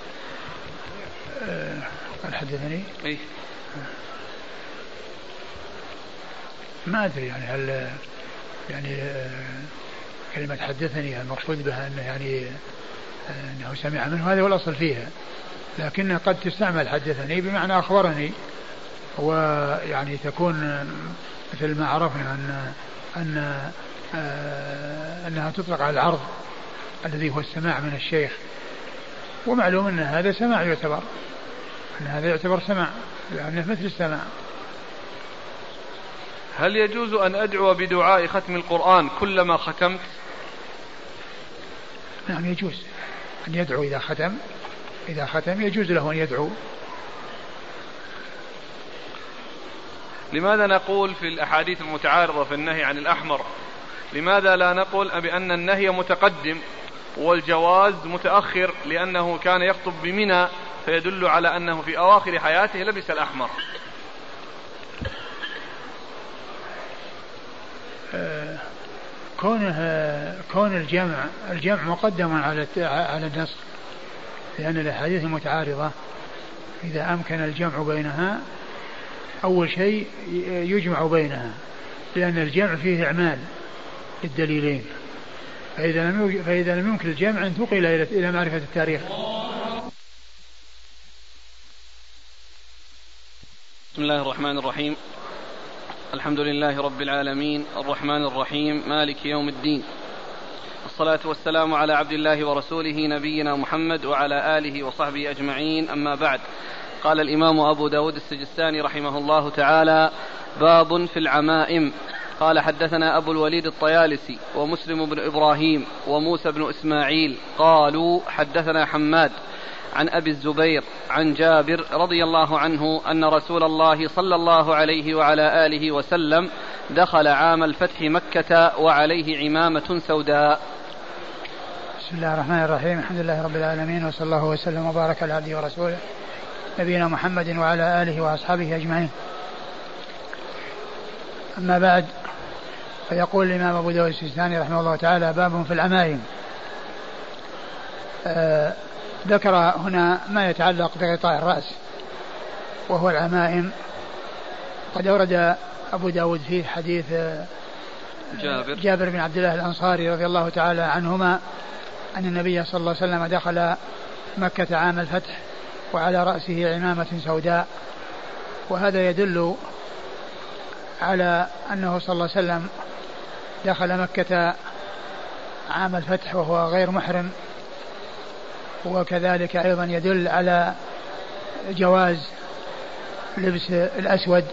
أه قال حدثني إيه؟ ما أدري يعني هل يعني كلمة حدثني المقصود بها أنه يعني أنه سمع منه، هذا هو الأصل فيها، لكن قد تستعمل حدثني بمعنى أخبرني، ويعني تكون مثل ما عرفنا أن أن أنها تطلق على العرض الذي هو السماع من الشيخ، ومعلوم أن هذا سماع يعتبر، أن هذا يعتبر سماع لأنه مثل السماع. هل يجوز أن أدعو بدعاء ختم القرآن كلما ختمت؟ نعم يجوز أن يدعو إذا ختم، إذا ختم يجوز له أن يدعو. لماذا نقول في الأحاديث المتعارضة في النهي عن الأحمر، لماذا لا نقول بأن النهي متقدم والجواز متأخر، لأنه كان يخطب بمنى فيدل على أنه في أواخر حياته لبس الأحمر؟ آه كونه كون الجمع الجمع مقدم على على النص، لأن الأحاديث المتعارضة إذا أمكن الجمع بينها أول شيء يجمع بينها، لأن الجمع فيه إعمال الدليلين، فإذا لم فإذا لم يمكن الجمع انتقل إلى معرفة التاريخ. بسم الله الرحمن الرحيم، الحمد لله رب العالمين، الرحمن الرحيم، مالك يوم الدين، الصلاة والسلام على عبد الله ورسوله نبينا محمد وعلى آله وصحبه أجمعين، أما بعد. قال الإمام أبو داود السجستاني رحمه الله تعالى: باب في العمائم. قال حدثنا أبو الوليد الطيالسي ومسلم بن إبراهيم وموسى بن إسماعيل قالوا حدثنا حماد عن أبي الزبير عن جابر رضي الله عنه أن رسول الله صلى الله عليه وعلى آله وسلم دخل عام الفتح مكة وعليه عمامة سوداء. بسم الله الرحمن الرحيم، الحمد لله رب العالمين، وصلى الله وسلم وبارك على عبده ورسوله نبينا محمد وعلى آله وأصحابه أجمعين. أما بعد، فيقول الإمام أبو داود السجستاني رحمه الله تعالى: باب في العمائم. آه ذكر هنا ما يتعلق بغطاء الرأس وهو العمائم. قد أورد أبو داود فيه حديث جابر, جابر بن عبد الله الأنصاري رضي الله تعالى عنهما أن النبي صلى الله عليه وسلم دخل مكة عام الفتح وعلى رأسه عمامة سوداء، وهذا يدل على أنه صلى الله عليه وسلم دخل مكة عام الفتح وهو غير محرم، وكذلك أيضا يدل على جواز لبس الأسود،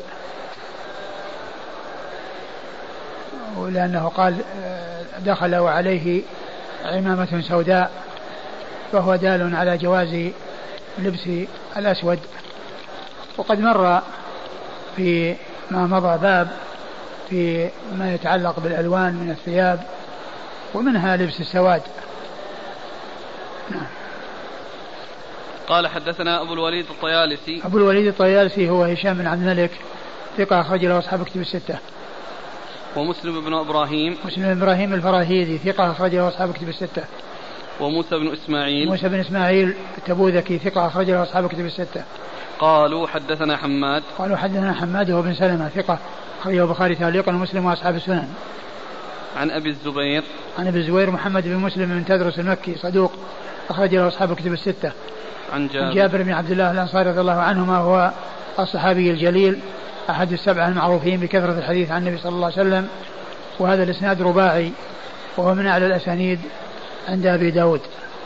ولأنه قال دخل وعليه عمامة سوداء، فهو دال على جواز لبس الأسود. وقد مر في ما مضى باب في ما يتعلق بالألوان من الثياب ومنها لبس السواد. نعم. قال حدثنا أبو الوليد الطيالسي. أبو الوليد الطيالسي هو هشام بن عبد الملك، ثقة أخرج له أصحاب كتب الستة. ومسلم بن إبراهيم. مسلم بن إبراهيم الفراهيدي، ثقة أخرج له أصحاب كتب الستة. وموسى بن إسماعيل. موسى بن إسماعيل التبوذكي، ثقة أخرج له أصحاب كتب الستة. قالوا حدثنا حماد. قالوا حدثنا حماد هو بن سلمة، ثقة أخرجه البخاري تعليقا ومسلم وأصحاب السنن. عن أبي الزبير. عن أبي الزبير محمد بن مسلم بن تدرس المكي، صدوق أخرج له أصحاب كتب الستة. عن جابر. جابر بن عبد الله الأنصاري رضي الله عنهما، هو الصحابي الجليل أحد السبعة المعروفين بكثرة الحديث عن النبي صلى الله عليه وسلم، وهذا الإسناد رباعي وهو من أعلى الأسانيد عند أبي داود.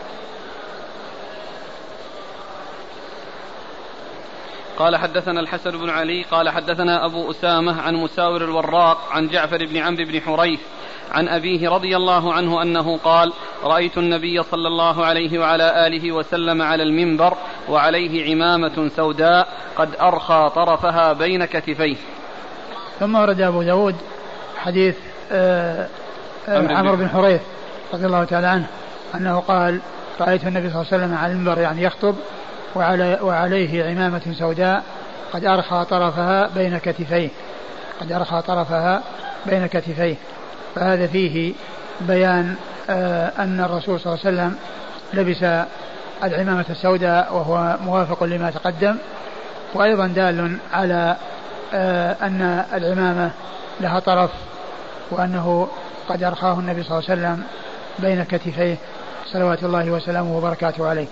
قال حدثنا الحسن بن علي قال حدثنا أبو أسامة عن مساور الوراق عن جعفر بن عمرو بن حريث عن أبيه رضي الله عنه أنه قال: رأيت النبي صلى الله عليه وعلى آله وسلم على المنبر وعليه عمامة سوداء قد أرخى طرفها بين كتفيه. ثم ورد أبو داود حديث عمرو بن حريث رضي الله تعالى عنه أنه قال: رأيت النبي صلى الله عليه وسلم على المنبر يعني يخطب وعليه عمامة سوداء قد أرخى طرفها بين كتفيه. قد أرخى طرفها بين كتفيه. فهذا فيه بيان أن الرسول صلى الله عليه وسلم لبس العمامة السوداء وهو موافق لما تقدم، وأيضا دال على أن العمامة لها طرف، وأنه قد أرخاه النبي صلى الله عليه وسلم بين كتفيه صلوات الله وسلامه وبركاته عليه.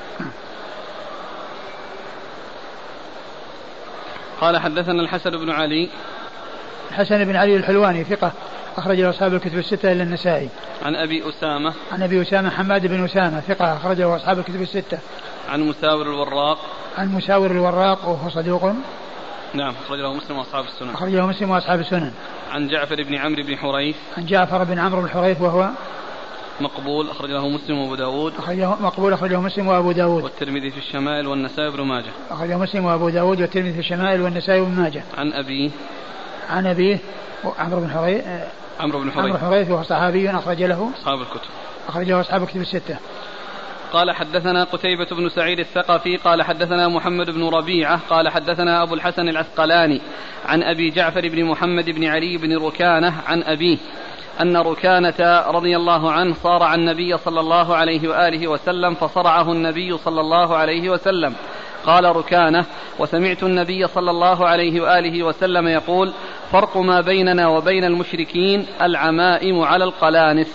قال حدثنا الحسن بن علي. الحسن بن علي الحلواني ثقة أخرج له أصحاب الكتب الستة إلا النسائي. عن أبي أسامة. عن أبي أسامة حماد بن أسامة ثقة أخرج له أصحاب الكتب الستة. عن مساور الوراق. عن مساور الوراق وهو صدوق. نعم أخرج له مسلم وأصحاب السنن. أخرج له مسلم وأصحاب السنن. عن جعفر بن عمرو بن حريث. عن جعفر بن عمرو بن حريث وهو مقبول أخرج له مسلم وأبو داود. أخرجه مقبول أخرجه مسلم وأبو داود. والترمذي في الشمائل والنسائي وابن ماجه. أخرجه مسلم وأبو داود والترمذي في الشمائل والنسائي وابن ماجه. عن أبيه. عن أبيه عمرو بن حريث. عمرو بن حريث. عمرو بن حريث وهو صحابي أخرج له أصحاب الكتب. أخرجه أصحاب الكتب الستة. قال حدثنا قتيبة بن سعيد الثقفي قال حدثنا محمد بن ربيعة قال حدثنا أبو الحسن العسقلاني عن أبي جعفر بن محمد بن علي بن ركانة عن أبيه أن ركانة رضي الله عنه صارع النبي صلى الله عليه وآله وسلم فصرعه النبي صلى الله عليه وسلم. قال ركانة: وسمعت النبي صلى الله عليه وآله وسلم يقول: فرق ما بيننا وبين المشركين العمائم على القلانس.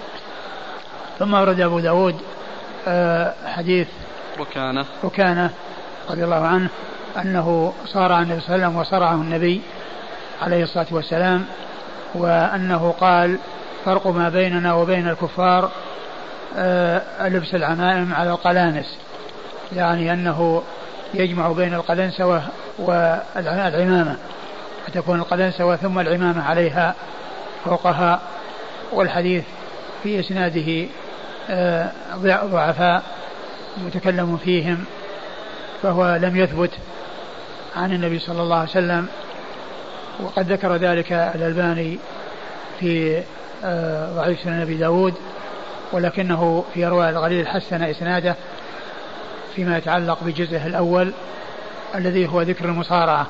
ثم ورد أبو داود حديث ركانة ركانة رضي الله عنه أنه صارع النبي صلى الله عليه وسلم وصرعه النبي عليه الصلاة والسلام، وأنه قال: فرق ما بيننا وبين الكفار لبس العمائم على القلانس، يعني أنه يجمع بين القلنسوة والعمامة، فتكون القلنسوة ثم العمامة عليها فوقها. والحديث في إسناده ضعفاء متكلم فيهم، فهو لم يثبت عن النبي صلى الله عليه وسلم، وقد ذكر ذلك الألباني في ضعيف سنن أبي داود، ولكنه في رواية الغليل حسن إسناده فيما يتعلق بجزءه الأول الذي هو ذكر المصارعة،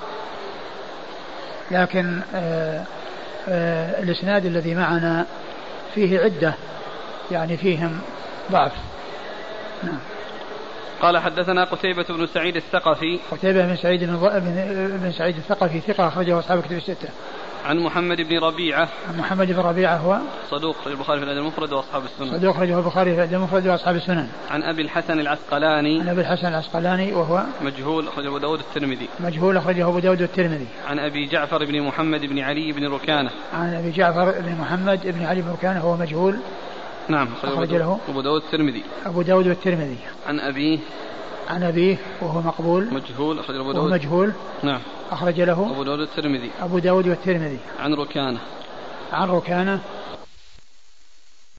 لكن آآ آآ الإسناد الذي معنا فيه عدة يعني فيهم ضعف. نعم. قال حدثنا قتيبة بن سعيد الثقفي. قتيبة بن سعيد بن سعيد الثقفي ثقة أخرجه أصحاب الكتب الستة. عن محمد بن ربيعة. عن محمد بن ربيعة هو صدوق أخرجه البخاري في الأدب المفرد وأصحاب السنن. صدوق أخرجه البخاري في الأدب المفرد وأصحاب السنن. عن أبي الحسن العسقلاني. عن أبي الحسن العسقلاني وهو مجهول أخرجه أبو داود الترمذي. مجهول أخرجه أبو داود الترمذي. عن أبي جعفر بن محمد بن علي بن ركانة. عن أبي جعفر بن محمد بن علي بن ركانة هو مجهول. نعم أخرج له أبو داود الترمذي. أبو داود والترمذي. عن أبيه. عن أبيه وهو مقبول. مجهول أخرج أبو داود. مجهول. نعم. أخرج له أبو داود الترمذي. أبو داود والترمذي. عن ركانة. عن ركانة